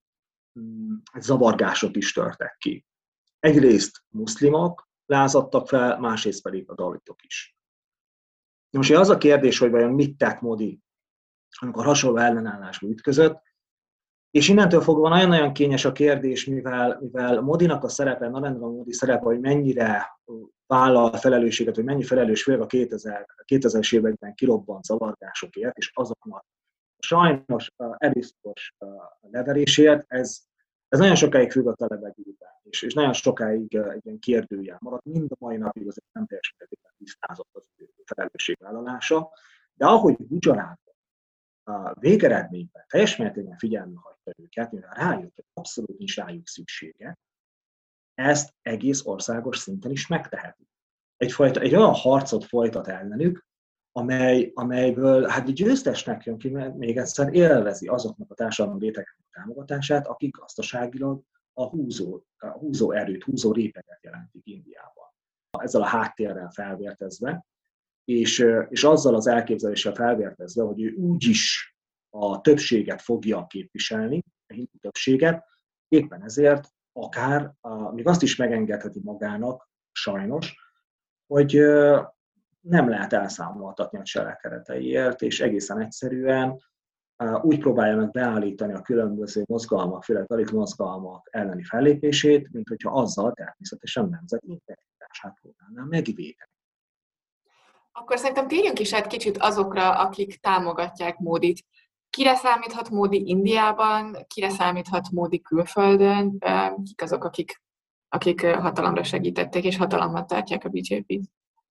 zavargások is törtek ki. Egyrészt muszlimok lázadtak fel, másrészt pedig a dalitok is. Most az a kérdés, hogy vajon mit tett Modi, amikor hasonló ellenállásba ütközött, és innentől fogva nagyon-nagyon kényes a kérdés, mivel, mivel Modinak a szerepe, Narendra Modi szerepe, hogy mennyire vállal felelősséget, hogy mennyi felelős főleg a kétezres években kirobbant zavargásokért, és azoknak sajnos erőszakos leverésért, ez, ez nagyon sokáig függ a levegőben, és, és nagyon sokáig egy ilyen kérdőjel maradt, mind a mai napig azért nem teljes mértékben tisztázott az ő felelősségvállalása, de ahogy Gujaratban a végeredményben teljes mértékben figyelme hagyta őket, mivel rájött, hogy abszolút nincs rájuk szüksége, ezt egész országos szinten is megteheti. Egyfajta, egy olyan harcot folytat ellenük, amely, amelyből hát győztesnek jön ki, mert még egyszer élvezi azoknak a társadalmi rétegek támogatását, akik gazdaságilag a húzó, a húzó erőt, húzó réteget jelentik Indiában. Ezzel a háttérrel felvértezve, és, és azzal az elképzeléssel felvértezve, hogy ő úgyis a többséget fogja képviselni, a hindu többséget, éppen ezért akár még azt is megengedheti magának, sajnos, hogy nem lehet elszámoltatni a cselekedeteiért, és egészen egyszerűen úgy próbálja meg beállítani a különböző mozgalmak, főleg dalit mozgalmak elleni fellépését, mint hogyha azzal természetesen nemzeti integritását próbálná megvédeni. Akkor szerintem térjünk is át kicsit azokra, akik támogatják Modit. Kire számíthat Modi Indiában, kire számíthat Modi külföldön, kik azok, akik, akik hatalomra segítették és hatalomban tartják a bé jé pét?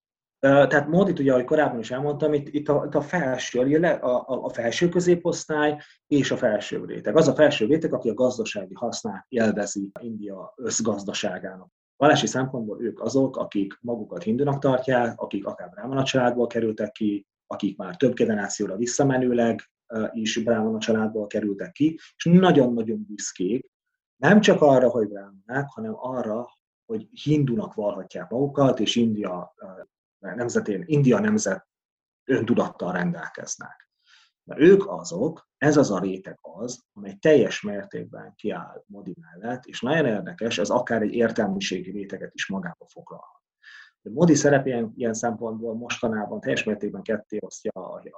Tehát Modit, ugye, ahogy korábban is elmondtam, itt, itt, a, itt a felső, a, a, a felső középosztály és a felső réteg. Az a felső réteg, aki a gazdasági hasznát élvezi India összgazdaságának. Vallási szempontból ők azok, akik magukat hindunak tartják, akik akár brámana családból kerültek ki, akik már több generációra visszamenőleg is brámana családból kerültek ki, és nagyon-nagyon büszkék, nem csak arra, hogy brámanák, hanem arra, hogy hindunak vallhatják magukat, és India nemzetén, India nemzet öntudattal rendelkeznek. De ők azok, ez az a réteg az, amely teljes mértékben kiáll Modi mellett, és nagyon érdekes, ez akár egy értelmiségi réteget is magába foglalhat. Modi szerepén ilyen szempontból mostanában teljes mértékben ketté osztja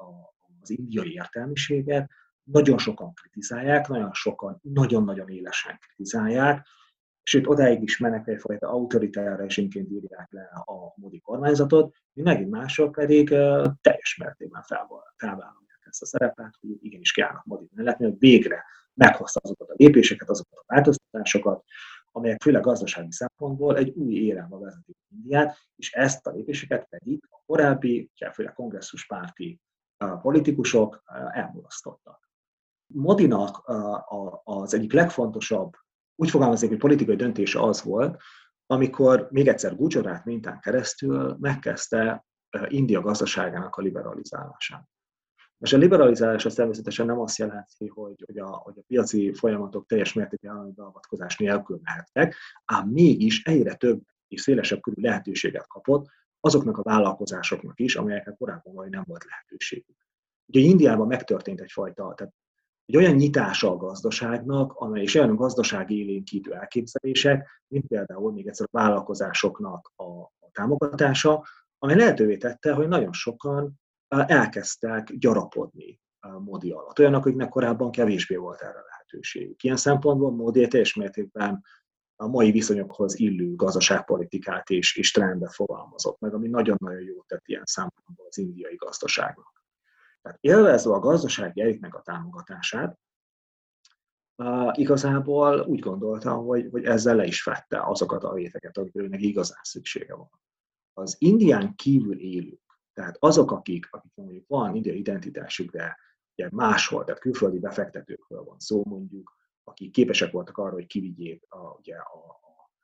az indiai értelmiséget, nagyon sokan kritizálják, nagyon sokan nagyon-nagyon élesen kritizálják, sőt, odáig is mennek, egyfajta autoritár rezsimként írják le a Modi kormányzatot, míg megint mások pedig uh, teljes mértékben felvállalják ezt a szerepet, hogy igenis kiállnak Modi mellett, mert végre meghozta azokat a lépéseket, azokat a változtatásokat, amelyek főleg gazdasági szempontból egy új érában vezetik Indiát, és ezt a lépéseket pedig a korábbi, főleg kongresszuspárti uh, politikusok uh, elmulasztottak. Modinak uh, az egyik legfontosabb, úgy fogalmazik, hogy politikai döntése az volt, amikor még egyszer Gujarat mintán keresztül megkezdte India gazdaságának a liberalizálását. Most a liberalizálás az természetesen nem azt jelenti, hogy, hogy, a, hogy a piaci folyamatok teljes mértékű állami beavatkozás nélkül mehettek, ám mégis egyre több és szélesebb körű lehetőséget kapott azoknak a vállalkozásoknak is, amelyeknek korábban vagy nem volt lehetőségük. Ugye Indiában megtörtént egyfajta, tehát egy olyan nyitása a gazdaságnak, amely és olyan gazdasági élénkítő elképzelések, mint például még egyszer a vállalkozásoknak a, a támogatása, amely lehetővé tette, hogy nagyon sokan elkezdtek gyarapodni Modi alatt. Olyanok, akiknek korábban kevésbé volt erre lehetőségük. Ilyen szempontból Modi teljes mértékben a mai viszonyokhoz illő gazdaságpolitikát és, és trendet fogalmazott meg, ami nagyon-nagyon jót tett ilyen szempontból az indiai gazdaságnak. Tehát élvezve a gazdasági elitnek a támogatását, uh, igazából úgy gondoltam, hogy, hogy ezzel le is fette azokat a rétegeket, amikre igazán szüksége van. Az Indián kívül élők, tehát azok, akik, akik mondjuk van indiai identitásuk, de ugye máshol, tehát külföldi befektetőkről van szó mondjuk, akik képesek voltak arra, hogy kivigyék a, ugye a,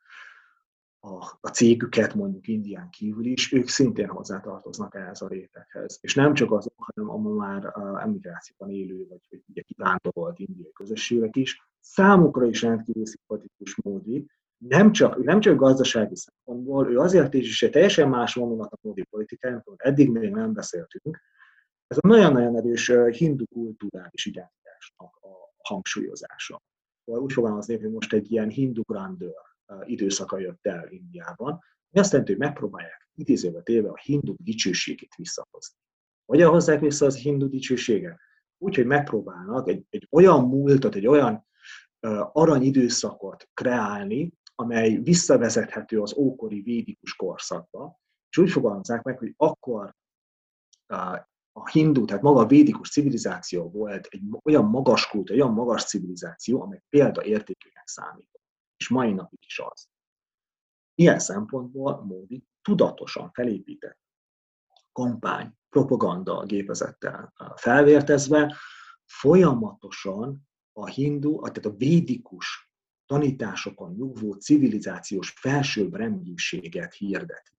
a, a cégüket mondjuk Indián kívül is, ők szintén hozzátartoznak ehhez a réteghez. És nem csak azok, hanem a már emigrációban élő, vagy hogy ugye kivándorolt indiai közösségek is, számukra is rendkívül szimpatikus Modi, nem csak, nem csak gazdasági szempontból, ő azért is, és egy teljesen más vonulat a Modi politikájának, amit eddig még nem beszéltünk, ez a nagyon-nagyon erős hindu kulturális identitásnak a hangsúlyozása. Úgy fogalmazni, hogy most egy ilyen hindu grandeur időszaka jött el Indiában, ami azt jelenti, hogy megpróbálják idézőbe téve a hindu dicsőségét visszahozni. Hogyan hozzák vissza az hindu dicsőséget? Úgy, hogy megpróbálnak egy, egy olyan múltat, egy olyan uh, aranyidőszakot kreálni, amely visszavezethető az ókori védikus korszakba, és úgy fogalmazzák meg, hogy akkor uh, a hindu, tehát maga a védikus civilizáció volt egy olyan magas kult, egy olyan magas civilizáció, amely példaértékűnek számít. És mai napig is az. Ilyen szempontból Modi tudatosan felépített kampány, propaganda gépezettel felvértezve, folyamatosan a hindu, tehát a védikus tanításokon nyugvó civilizációs felsőbbrendűséget hirdeti.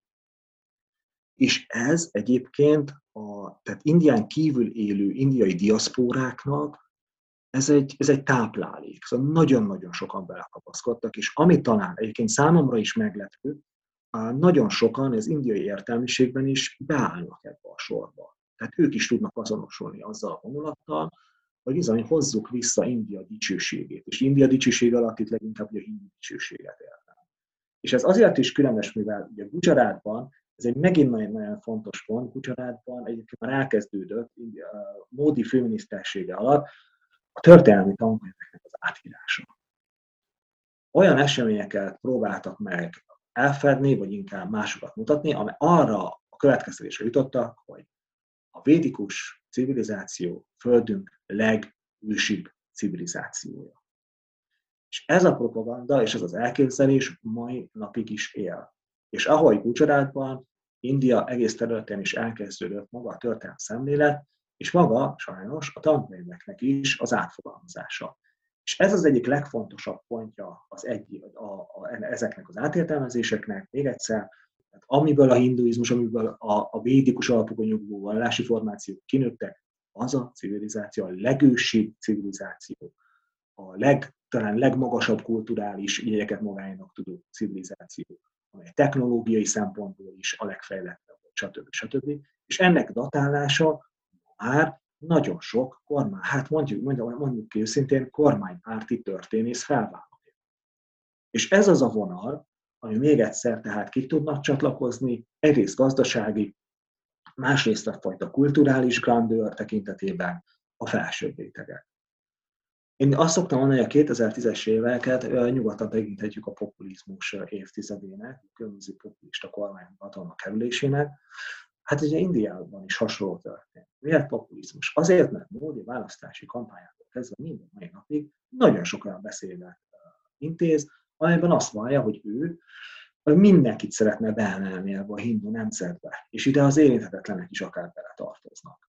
És ez egyébként a, tehát Indián kívül élő indiai diaszpóráknak Ez egy, ez egy táplálék, szóval nagyon-nagyon sokan belekapaszkodtak, és ami talán egyébként számomra is meglepő, nagyon sokan az indiai értelmiségben is beállnak ebbe a sorba. Tehát ők is tudnak azonosulni azzal a vonulattal, hogy bizony hozzuk vissza India dicsőségét. És India dicsőség alatt itt leginkább a hindu dicsőséget értem. És ez azért is különös, mivel ugye Gujaratban, ez egy megint nagyon-nagyon fontos pont, Gujaratban egyébként már elkezdődött Modi főminisztersége alatt a történelmi tankönyveknek az átírása. Olyan eseményeket próbáltak meg elfedni, vagy inkább másokat mutatni, amely arra a következtetésre jutottak, hogy a védikus civilizáció Földünk legősibb civilizációja. És ez a propaganda és ez az elképzelés mai napig is él. És ahogy Gujaratban, India egész területén is elkezdődött maga a történelmi szemlélet, és maga sajnos a tankönyveknek is az átfogalmazása. És ez az egyik legfontosabb pontja az egy, a, a, ezeknek az átértelmezéseknek, még egyszer, tehát amiből a hinduizmus, amiből a, a védikus alapokon nyugvó vallási formációk kinőttek, az a civilizáció, a legősibb civilizáció, a leg, talán legmagasabb kulturális jegyeket magáénak tudó civilizáció, amely technológiai szempontból is a legfejlettebb, stb. stb. És ennek datálása már nagyon sok kormány, hát mondjuk, mondjuk, mondjuk ki őszintén, kormánypárti történész felvállalja. És ez az a vonal, ami még egyszer tehát ki tudnak csatlakozni, egyrészt gazdasági, másrészt a fajta kulturális grandeur tekintetében a felsőbb rétegek. Én azt szoktam mondani, hogy a kétezer-tízes éveket nyugodtan tekinthetjük a populizmus évtizedének, a különböző populista kormányok hatalma kerülésének. Hát ugye Indiában is hasonló történt. Miért populizmus? Azért, mert Modi választási kampányától kezdve minden mai napig nagyon sok olyan beszédet intéz, amelyben azt vallja, hogy ő mindenkit szeretne beemelni ebbe a hindu nemzetbe, és ide az érinthetetlenek is akár beletartoznak.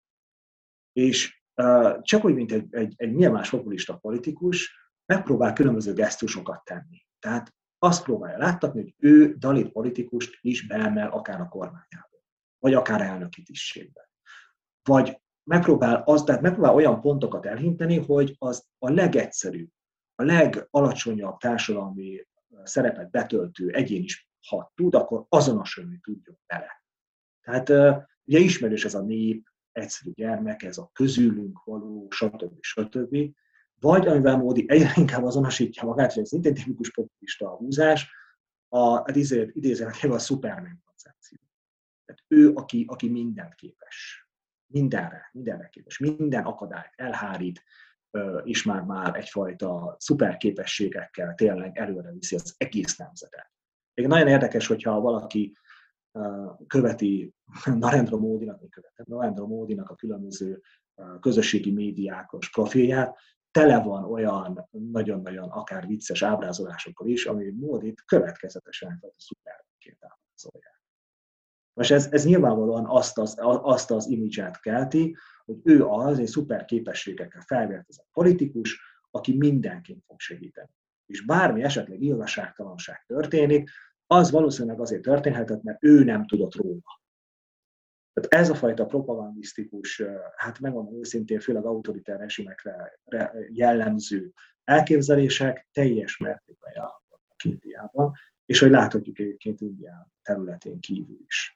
És uh, csak úgy, mint egy, egy, egy milyen más populista politikus, megpróbál különböző gesztusokat tenni. Tehát azt próbálja láttatni, hogy ő dalit politikust is beemel akár a kormányába, vagy akár elnöki tisztségbe. Vagy megpróbál, az, tehát megpróbál olyan pontokat elhinteni, hogy az a legegyszerűbb, a legalacsonyabb társadalmi szerepet betöltő egyén is, ha tud, akkor azonosulni tudjon vele. Tehát ugye ismerős ez a nép, egyszerű gyermek, ez a közülünk való, stb. stb. vagy amivel Módi egyre inkább azonosítja magát, hogy szintén tipikus populista a húzás, a idézőjelben a Superman koncepció. Tehát ő, aki, aki mindent képes. Mindenre, mindenre képes. Minden akadályt elhárít, és már már egyfajta szuperképességekkel tényleg előre viszi az egész nemzetet. Még nagyon érdekes, hogyha valaki követi Narendra Módinak, vagy követett Narendra Módinak a különböző közösségi médiákos profilját, tele van olyan nagyon-nagyon akár vicces ábrázolásokkal is, ami Módit következetesen egyfajta szuperként ábrázolják. Most ez, ez nyilvánvalóan azt az, azt az imidzsát kelti, hogy ő az egy szuper képességekkel felvértezett politikus, aki mindenkin fog segíteni. És bármi esetleg igazságtalanság történik, az valószínűleg azért történhetett, mert ő nem tudott róla. Tehát ez a fajta propagandisztikus, hát megmondom őszintén, főleg autoritár rezsimekre jellemző elképzelések teljes mértékben járnak Indiában, és hogy láthatjuk egyébként India területén kívül is.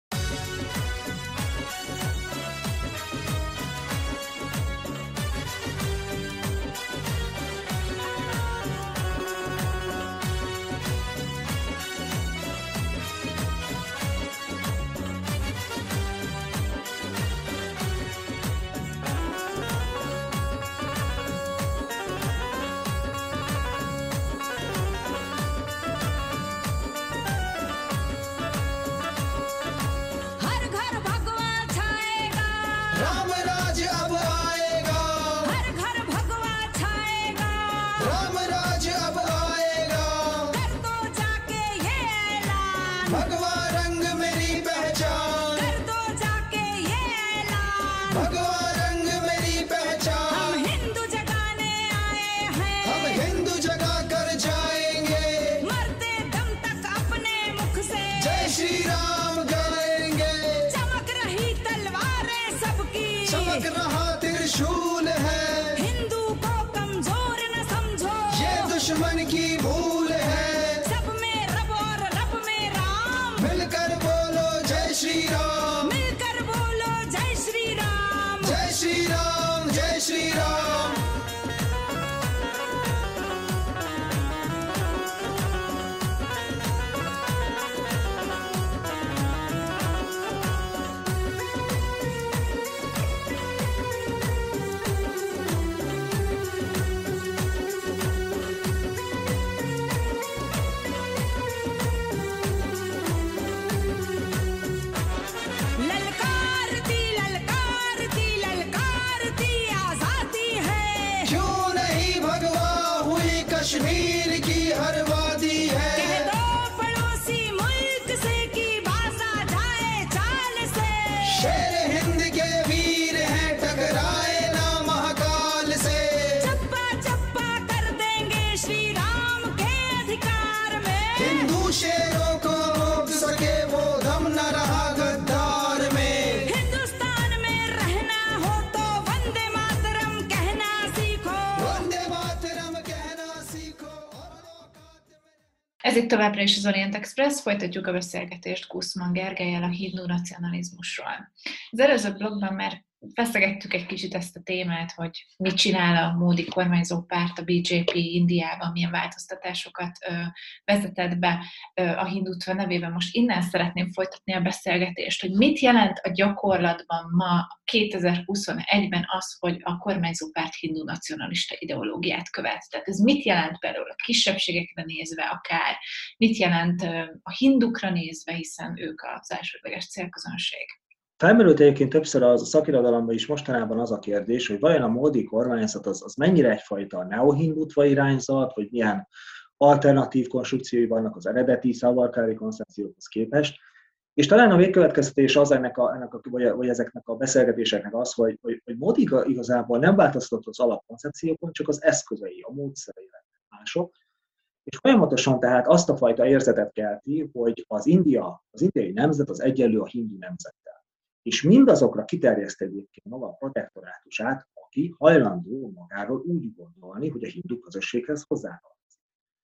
Ez itt továbbra is az Orient Express, folytatjuk a beszélgetést Kuszman Gergellyel a hindu nacionalizmusról. Az előző blogban már feszegettük egy kicsit ezt a témát, hogy mit csinál a Módi kormányzó párt, a bé jé pé Indiában, milyen változtatásokat ö, vezetett be ö, a hindutva nevében. Most innen szeretném folytatni a beszélgetést, hogy mit jelent a gyakorlatban ma kétezer-huszonegyben az, hogy a kormányzó párt hindu nacionalista ideológiát követ. Tehát ez mit jelent belőle a kisebbségekre nézve akár, mit jelent ö, a hindukra nézve, hiszen ők az elsődleges célközönség. Felmerült egyébként többször a szakirodalomban is mostanában az a kérdés, hogy vajon a Módi kormányzat az, az mennyire egyfajta neohindutva irányzat, vagy milyen alternatív konstrukciói vannak az eredeti szavarkári koncepciókhoz képest. És talán a végkövetkeztetés az ennek a, ennek a, vagy, vagy ezeknek a beszélgetéseknek az, hogy, hogy, hogy Módi igazából nem változtatott az alapkoncepciókon, csak az eszközei, a módszerei lettek mások. És folyamatosan tehát azt a fajta érzetet kelti, hogy az India, az indiai nemzet az egyenlő a hindu nemzettel. És mindazokra kiterjeszt egyébként maga a protektorátusát, aki hajlandó magáról úgy gondolni, hogy a hindu közösséghez hozzátartozik.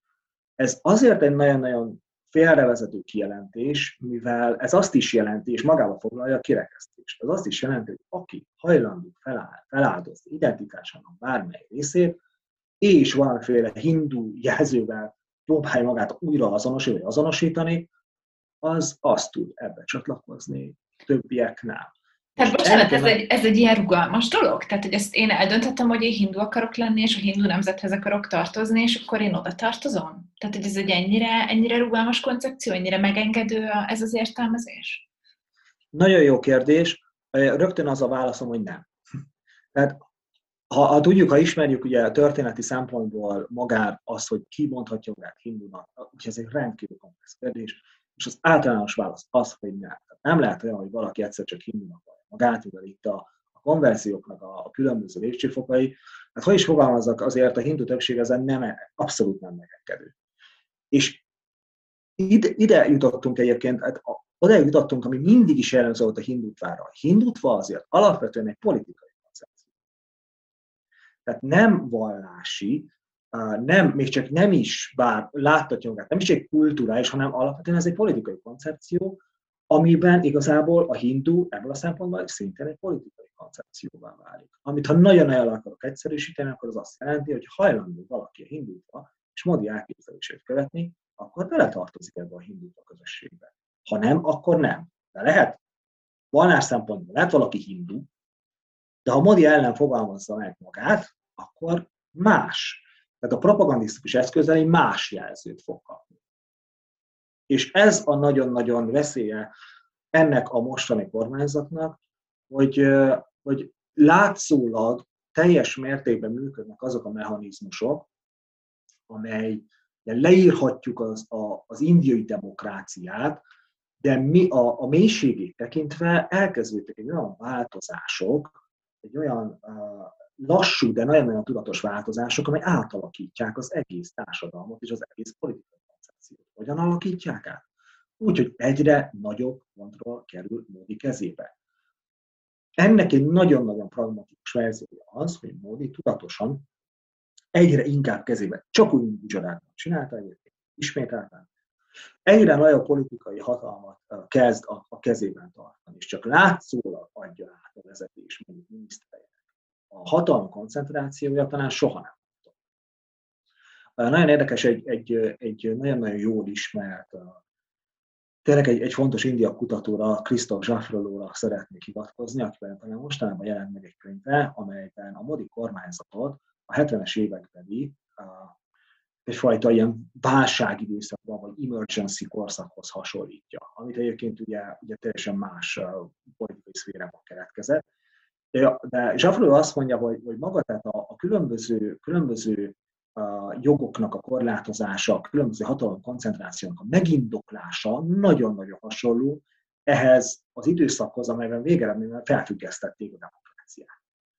Ez azért egy nagyon-nagyon félrevezető kijelentés, mivel ez azt is jelenti, és magába foglalja a kirekesztést. Ez azt is jelenti, hogy aki hajlandó feláll, feláldozni identitásának bármely részét, és valamiféle hindu jelzővel próbálja magát újra azonosítani, azonosítani, az azt tud ebbe csatlakozni, többiek nem. Tehát bocsánat, ez egy, ez egy ilyen rugalmas dolog? Tehát, hogy ezt én eldönthetem, hogy én hindu akarok lenni, és a hindu nemzethez akarok tartozni, és akkor én oda tartozom? Tehát, hogy ez egy ennyire, ennyire rugalmas koncepció, ennyire megengedő ez az értelmezés? Nagyon jó kérdés. Rögtön az a válaszom, hogy nem. Tehát, ha, ha tudjuk, ha ismerjük ugye a történeti szempontból magát azt, hogy ki mondhatja magát hindunak, úgyhogy ez egy rendkívül komplex kérdés, és az általános válasz az, hogy nem. Tehát nem lehet olyan, hogy valaki egyszer csak hindunak van magát, mivel itt a, a konverzióknak a, a különböző lépcsőfokai, hát ha is fogalmazzak, azért a hindu többség ezen nem, abszolút nem megengedő. És ide, ide jutottunk egyébként, hát oda jutottunk, ami mindig is jellemző volt a hindutvára. A hindutva azért alapvetően egy politikai koncepció. Tehát nem vallási, nem, még csak nem is, bár láttatja magát, nem is egy kulturális, hanem alapvetően ez egy politikai koncepció, amiben igazából a hindu ebből a szempontból szintén egy politikai koncepcióvá válik. Amit ha nagyon-nagyon akarok egyszerűsíteni, akkor az azt jelenti, hogy hajlandó valaki a hindutva, és Modi elképzelését követni, akkor beletartozik ebbe a hindutva közösségbe. Ha nem, akkor nem. De lehet, vallás szempontból lehet valaki hindu, de ha Modi ellen fogalmazza meg magát, akkor más. Tehát a propagandisztikus eszközzel egy más jelzőt fog kapni. És ez a nagyon-nagyon veszélye ennek a mostani kormányzatnak, hogy, hogy látszólag teljes mértékben működnek azok a mechanizmusok, amely leírhatjuk az, a, az indiai demokráciát, de mi a, a mélységét tekintve elkezdődtek egy olyan változások, egy olyan uh, lassú, de nagyon-nagyon tudatos változások, amely átalakítják az egész társadalmat és az egész politikai koncepciót. Hogyan alakítják át? Úgy, hogy egyre nagyobb kontroll kerül Modi kezébe. Ennek egy nagyon-nagyon pragmatikus verziója az, hogy Modi tudatosan egyre inkább kezébe, csak úgy, mint Gujaratban csinálta, egyébként ismételten, egyre nagyobb politikai hatalmat kezd a, a kezében tartani, és csak látszólag adja át a vezetés, mondjuk minisztereinek. A hatalom koncentrációja talán soha nem tudta. Nagyon érdekes, egy, egy, egy nagyon-nagyon jól ismert, tényleg egy, egy fontos india kutatóra, Christophe Jaffrelóra szeretnék hivatkozni, akivel talán mostanában jelent meg egy könyve, amelyben a Modi kormányzatot a hetvenes évekbeli egyfajta ilyen válságidőszakban, vagy emergency korszakhoz hasonlítja, amit egyébként ugye, ugye teljesen más politikai szférában keletkezett. De Jaffreló azt mondja, hogy, hogy maga tehát a, a különböző, különböző a jogoknak a korlátozása, a különböző hatalom koncentrációnak a megindoklása nagyon-nagyon hasonló ehhez az időszakhoz, amelyben végeredményben felfüggesztették a demokráciát.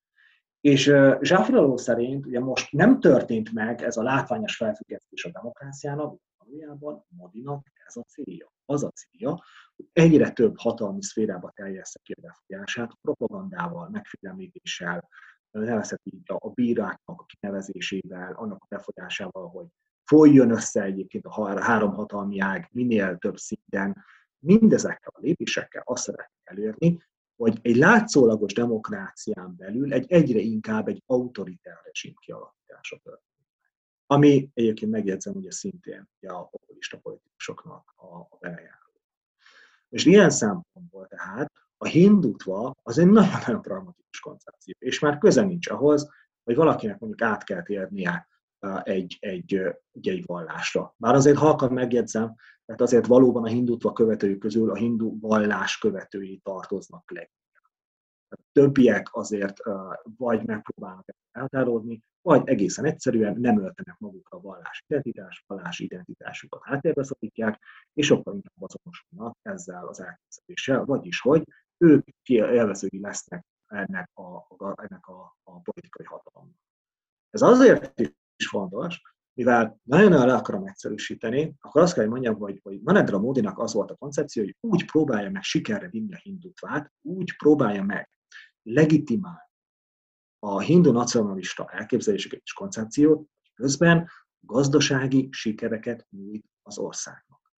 És Jaffreló szerint ugye most nem történt meg ez a látványos felfüggesztés a demokráciának, valójában Modinak ez a célja. Az a célja, hogy egyre több hatalmi szférába terjessze ki a befolyását, propagandával, megfélemlítéssel, nevezheti így a bíráknak a kinevezésével, annak a befolyásával, hogy folyjon össze egyébként a három hatalmi ág minél több szinten. Mindezekkel a lépésekkel azt szeretnék elérni, hogy egy látszólagos demokrácián belül egy egyre inkább egy autoritár rezsim kialakítása történik. Ami egyébként megjegyzem, ugye szintén ugye a populista politikusoknak a, a belejáró. És ilyen szempontból tehát a hindutva az egy nagyon-nagyon pragmatikus koncepció, és már köze nincs ahhoz, hogy valakinek mondjuk át kell térnie egy, egy, egy, egy vallásra. Bár azért halkan megjegyzem, mert azért valóban a hindutva követői közül a hindu vallás követői tartoznak leginkább. Többiek azért vagy megpróbálnak elhatárolni, vagy egészen egyszerűen nem öltenek magukra a vallási identitást, vallási identitásukat háttérbe szorítják, és sokkal inkább azonosulnak ezzel az elképzeléssel, vagyis hogy ők élvezői lesznek ennek a, a, ennek a, a politikai hatalomnak. Ez azért is fontos, mivel nagyon-nagyon le akarom egyszerűsíteni, akkor azt kell, hogy mondjam, hogy, hogy Narendra Modinak az volt a koncepció, hogy úgy próbálja meg sikerre vinni a hindutvát, úgy próbálja meg legitimálni a hindu nacionalista elképzeléseket és koncepciót, közben gazdasági sikereket nyújt az országnak.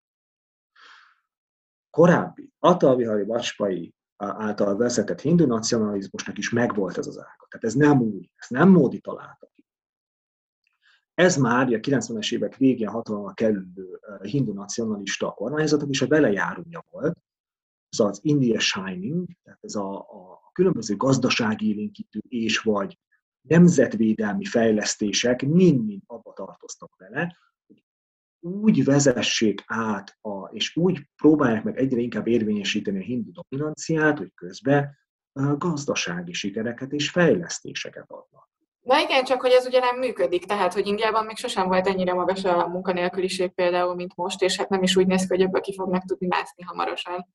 Korábbi Atal Bihari Vajpayee által vezetett hindu nacionalizmusnak is megvolt ez az ága. Tehát ez nem új, ez nem Modi találta ki. ez már a kilencvenes évek végén hatalomra kerülő hindu nacionalista kormányzatok is a velejárója volt, ez az India Shining, tehát ez a, a különböző gazdasági élénkítő és vagy nemzetvédelmi fejlesztések mind-mind abba tartoztak vele, hogy úgy vezessék át, a, és úgy próbálják meg egyre inkább érvényesíteni a hindu dominanciát, hogy közben gazdasági sikereket és fejlesztéseket adnak. Na igen, csak hogy ez ugye nem működik, tehát hogy Indiában még sosem volt ennyire magas a munkanélküliség például, mint most, és hát nem is úgy néz ki, hogy ebből ki fognak tudni mászni hamarosan.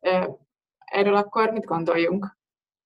Erről akkor mit gondoljunk?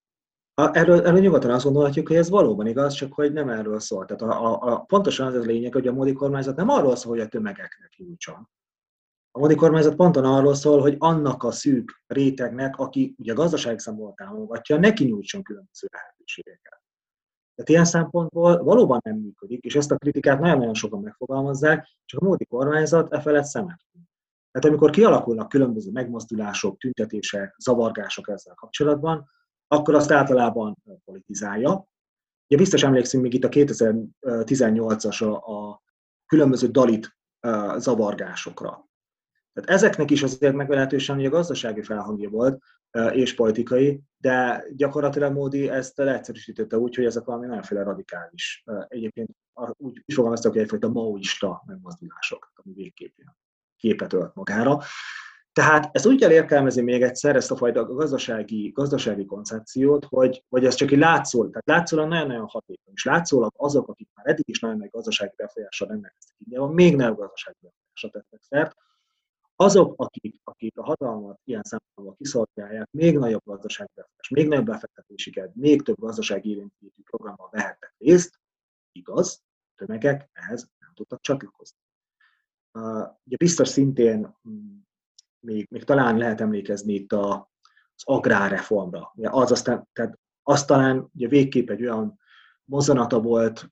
Erről, erről nyugodtan azt gondolhatjuk, hogy ez valóban igaz, csak hogy nem erről szól. Tehát a, a, a, pontosan az a lényeg, hogy a Modi kormányzat nem arról szól, hogy a tömegeknek nyújtson. A Modi kormányzat ponton arról szól, hogy annak a szűk rétegnek, aki ugye gazdasági szempontból támogatja, neki nyújtson különböző lehetőségeket. Tehát ilyen szempontból valóban nem működik, és ezt a kritikát nagyon-nagyon sokan megfogalmazzák, csak a Modi kormányzat e felett szemet. Tehát amikor kialakulnak különböző megmozdulások, tüntetések, zavargások ezzel kapcsolatban, akkor azt általában politizálja. Ugye biztos emlékszünk még itt a kétezer-tizennyolcas a, a különböző dalit zavargásokra. Tehát ezeknek is azért meglehetősen a gazdasági felhangja volt, és politikai, de gyakorlatilag Modi ezt leegyszerűsítette úgy, hogy ezek valami nagyonféle radikális. Egyébként úgy fogalmaztak, hogy egyfajta maoista megmozdulások, ami végképpen képet ölt magára. Tehát ezt úgy kell értelmezni még egyszer, ezt a fajta gazdasági, gazdasági koncepciót, hogy, hogy ez csak egy látszólag, tehát látszólag nagyon-nagyon hatékony, és látszólag azok, akik már eddig is nagyon nagy gazdasági befolyással rendelkeztek Indiában, még nagyobb gazdasági befolyással tettek szert, azok, akik, akik a hatalmat ilyen szempontból kiszolgálják, még nagyobb gazdasági befolyás, még nagyobb befektetésiket, még több gazdasági érintésű programmal vehettek részt, igaz, tömegek ehhez nem tudtak csatlakozni. Uh, ugye biztos szintén Még, még talán lehet emlékezni itt a, az agrárreformra. Az, aztán, tehát az talán ugye végképp egy olyan mozzanata volt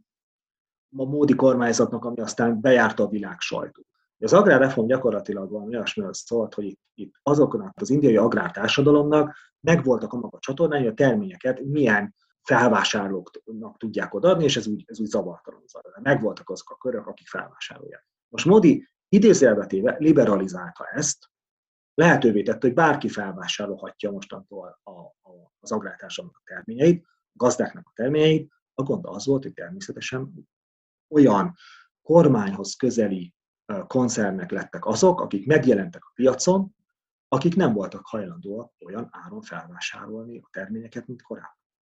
a Modi kormányzatnak, ami aztán bejárta a világ sajtót. Az agrárreform gyakorlatilag valami olyasmiről szólt, hogy itt, itt azoknak az indiai agrártársadalomnak megvoltak a maga csatornái, hogy a terményeket milyen felvásárlóknak tudják odaadni, és ez úgy, ez úgy zavartalan zajlott. Megvoltak azok a körök, akik felvásárolják. Most Modi idézőjelbe téve liberalizálta ezt, lehetővé tette, hogy bárki felvásárolhatja mostantól a, a, az agrártársadalomnak a terményeit, a gazdáknak a terményeit. A gond az volt, hogy természetesen olyan kormányhoz közeli koncernek lettek azok, akik megjelentek a piacon, akik nem voltak hajlandóak olyan áron felvásárolni a terményeket, mint korábban.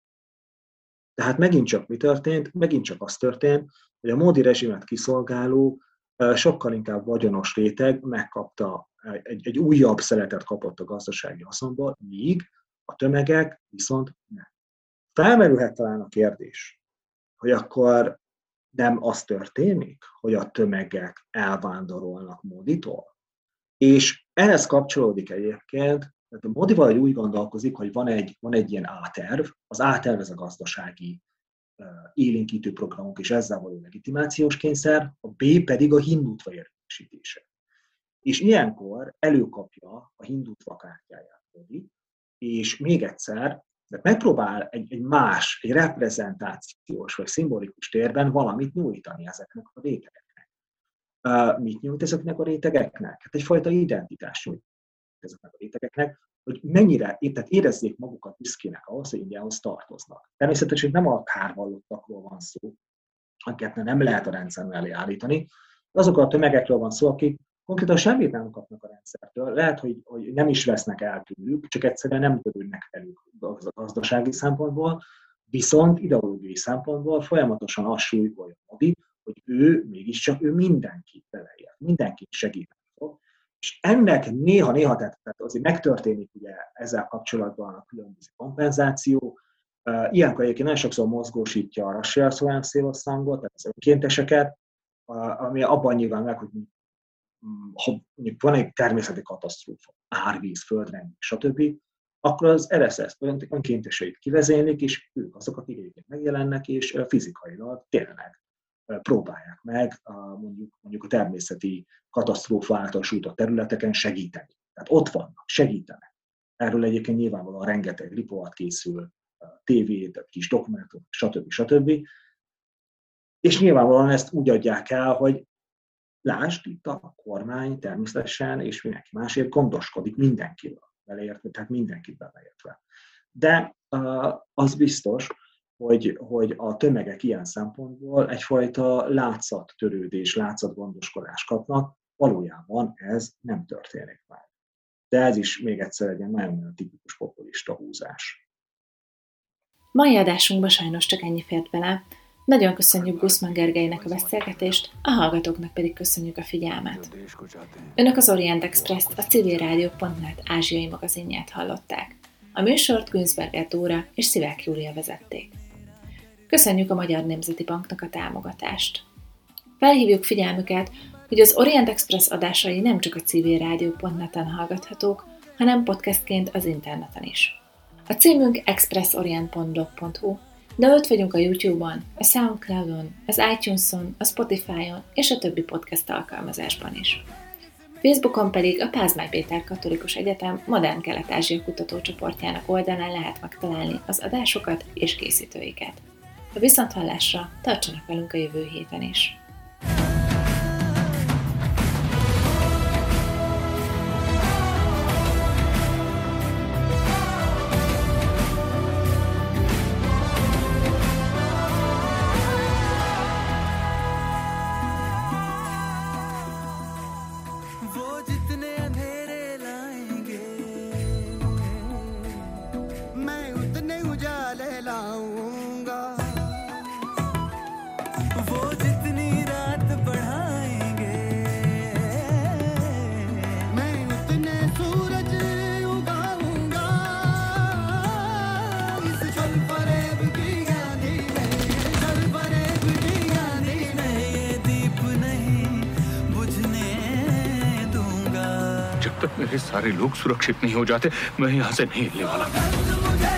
Tehát megint csak mi történt? Megint csak az történt, hogy a Modi rezsimet kiszolgáló, sokkal inkább vagyonos réteg megkapta, egy, egy újabb szeletet kapott a gazdasági haszonból, míg a tömegek viszont nem. Felmerülhet talán a kérdés, hogy akkor nem az történik, hogy a tömegek elvándorolnak Moditól. És ehhez kapcsolódik egyébként, tehát a Modi valahogy úgy gondolkozik, hogy van egy, van egy ilyen A-terv, az A-terv ez a gazdasági élénkítő programok és ezzel való legitimációs kényszer, a B pedig a hindutva érvényesítése. És ilyenkor előkapja a hindutva kártyáját Modi, és még egyszer, de megpróbál egy, egy más, egy reprezentációs vagy szimbolikus térben valamit nyújtani ezeknek a rétegeknek. Uh, mit nyújt ezeknek a rétegeknek? Hát egyfajta identitást nyújt ezeknek a rétegeknek, hogy mennyire tehát érezzék magukat büszkének ahhoz, hogy Indiához tartoznak. Természetesen nem a kárvallottakról van szó, akiket nem lehet a rendszer mellé állítani, azok a tömegekről van szó, akik konkrétan semmit nem kapnak a rendszertől, lehet, hogy, hogy nem is vesznek el tőlük, csak egyszerűen nem törődnek velük gazdasági szempontból, viszont ideológiai szempontból folyamatosan azt súlykolja Modi, hogy ő mégiscsak ő mindenkit beleért, mindenkit segíteni fog. És ennek néha-néha, tehát azért megtörténik ugye ezzel kapcsolatban a különböző kompenzáció. Ilyenkor egyébként nagyon sokszor mozgósítja a Rashtriya Swayamsevak Sanghat, tehát az önkénteseket, ami abban nyilván meg, hogy ha mondjuk van egy természeti katasztrófa, árvíz, földrengés, stb., akkor az er es es önkénteseit kivezénylik, és ők azok, akik egyébként megjelennek, és fizikailag tényleg próbálják meg mondjuk, mondjuk a természeti katasztrófa által sújtott területeken segíteni. Tehát ott vannak, segítenek. Erről egyébként nyilvánvalóan rengeteg riport készül, tévé, kis dokumentum, stb. stb. És nyilvánvalóan ezt úgy adják el, hogy lásd, itt a kormány természetesen, és mindenki másért gondoskodik mindenkiről, beleértve, tehát mindenkit beleértve. De uh, az biztos, hogy, hogy a tömegek ilyen szempontból egyfajta látszattörődés, látszatgondoskodás kapnak, valójában ez nem történik meg. De ez is még egyszer egy nagyon-nagyon tipikus populista húzás. Mai adásunkban sajnos csak ennyi fért bele. Nagyon köszönjük Guszman Gergelynek a beszélgetést, a hallgatóknak pedig köszönjük a figyelmet. Önök az Orient Express-t, a civilrádió pont net ázsiai magazinját hallották. A műsort Günzberger Dóra és Szivák Júlia vezették. Köszönjük a Magyar Nemzeti Banknak a támogatást. Felhívjuk figyelmüket, hogy az Orient Express adásai nem csak a civilrádió pont net-en hallgathatók, hanem podcastként az interneten is. A címünk expressorient pont blog pont hu, de ott vagyunk a YouTube-on, a Soundcloud-on, az iTunes-on, a Spotify-on és a többi podcast alkalmazásban is. Facebookon pedig a Pázmány Péter Katolikus Egyetem Modern Kelet-Ázsia kutatócsoportjának oldalán lehet megtalálni az adásokat és készítőiket. A viszonthallásra tartsanak velünk a jövő héten is! मेरे सारे लोग सुरक्षित नहीं हो जाते, मैं यहाँ से नहीं हिलने वाला।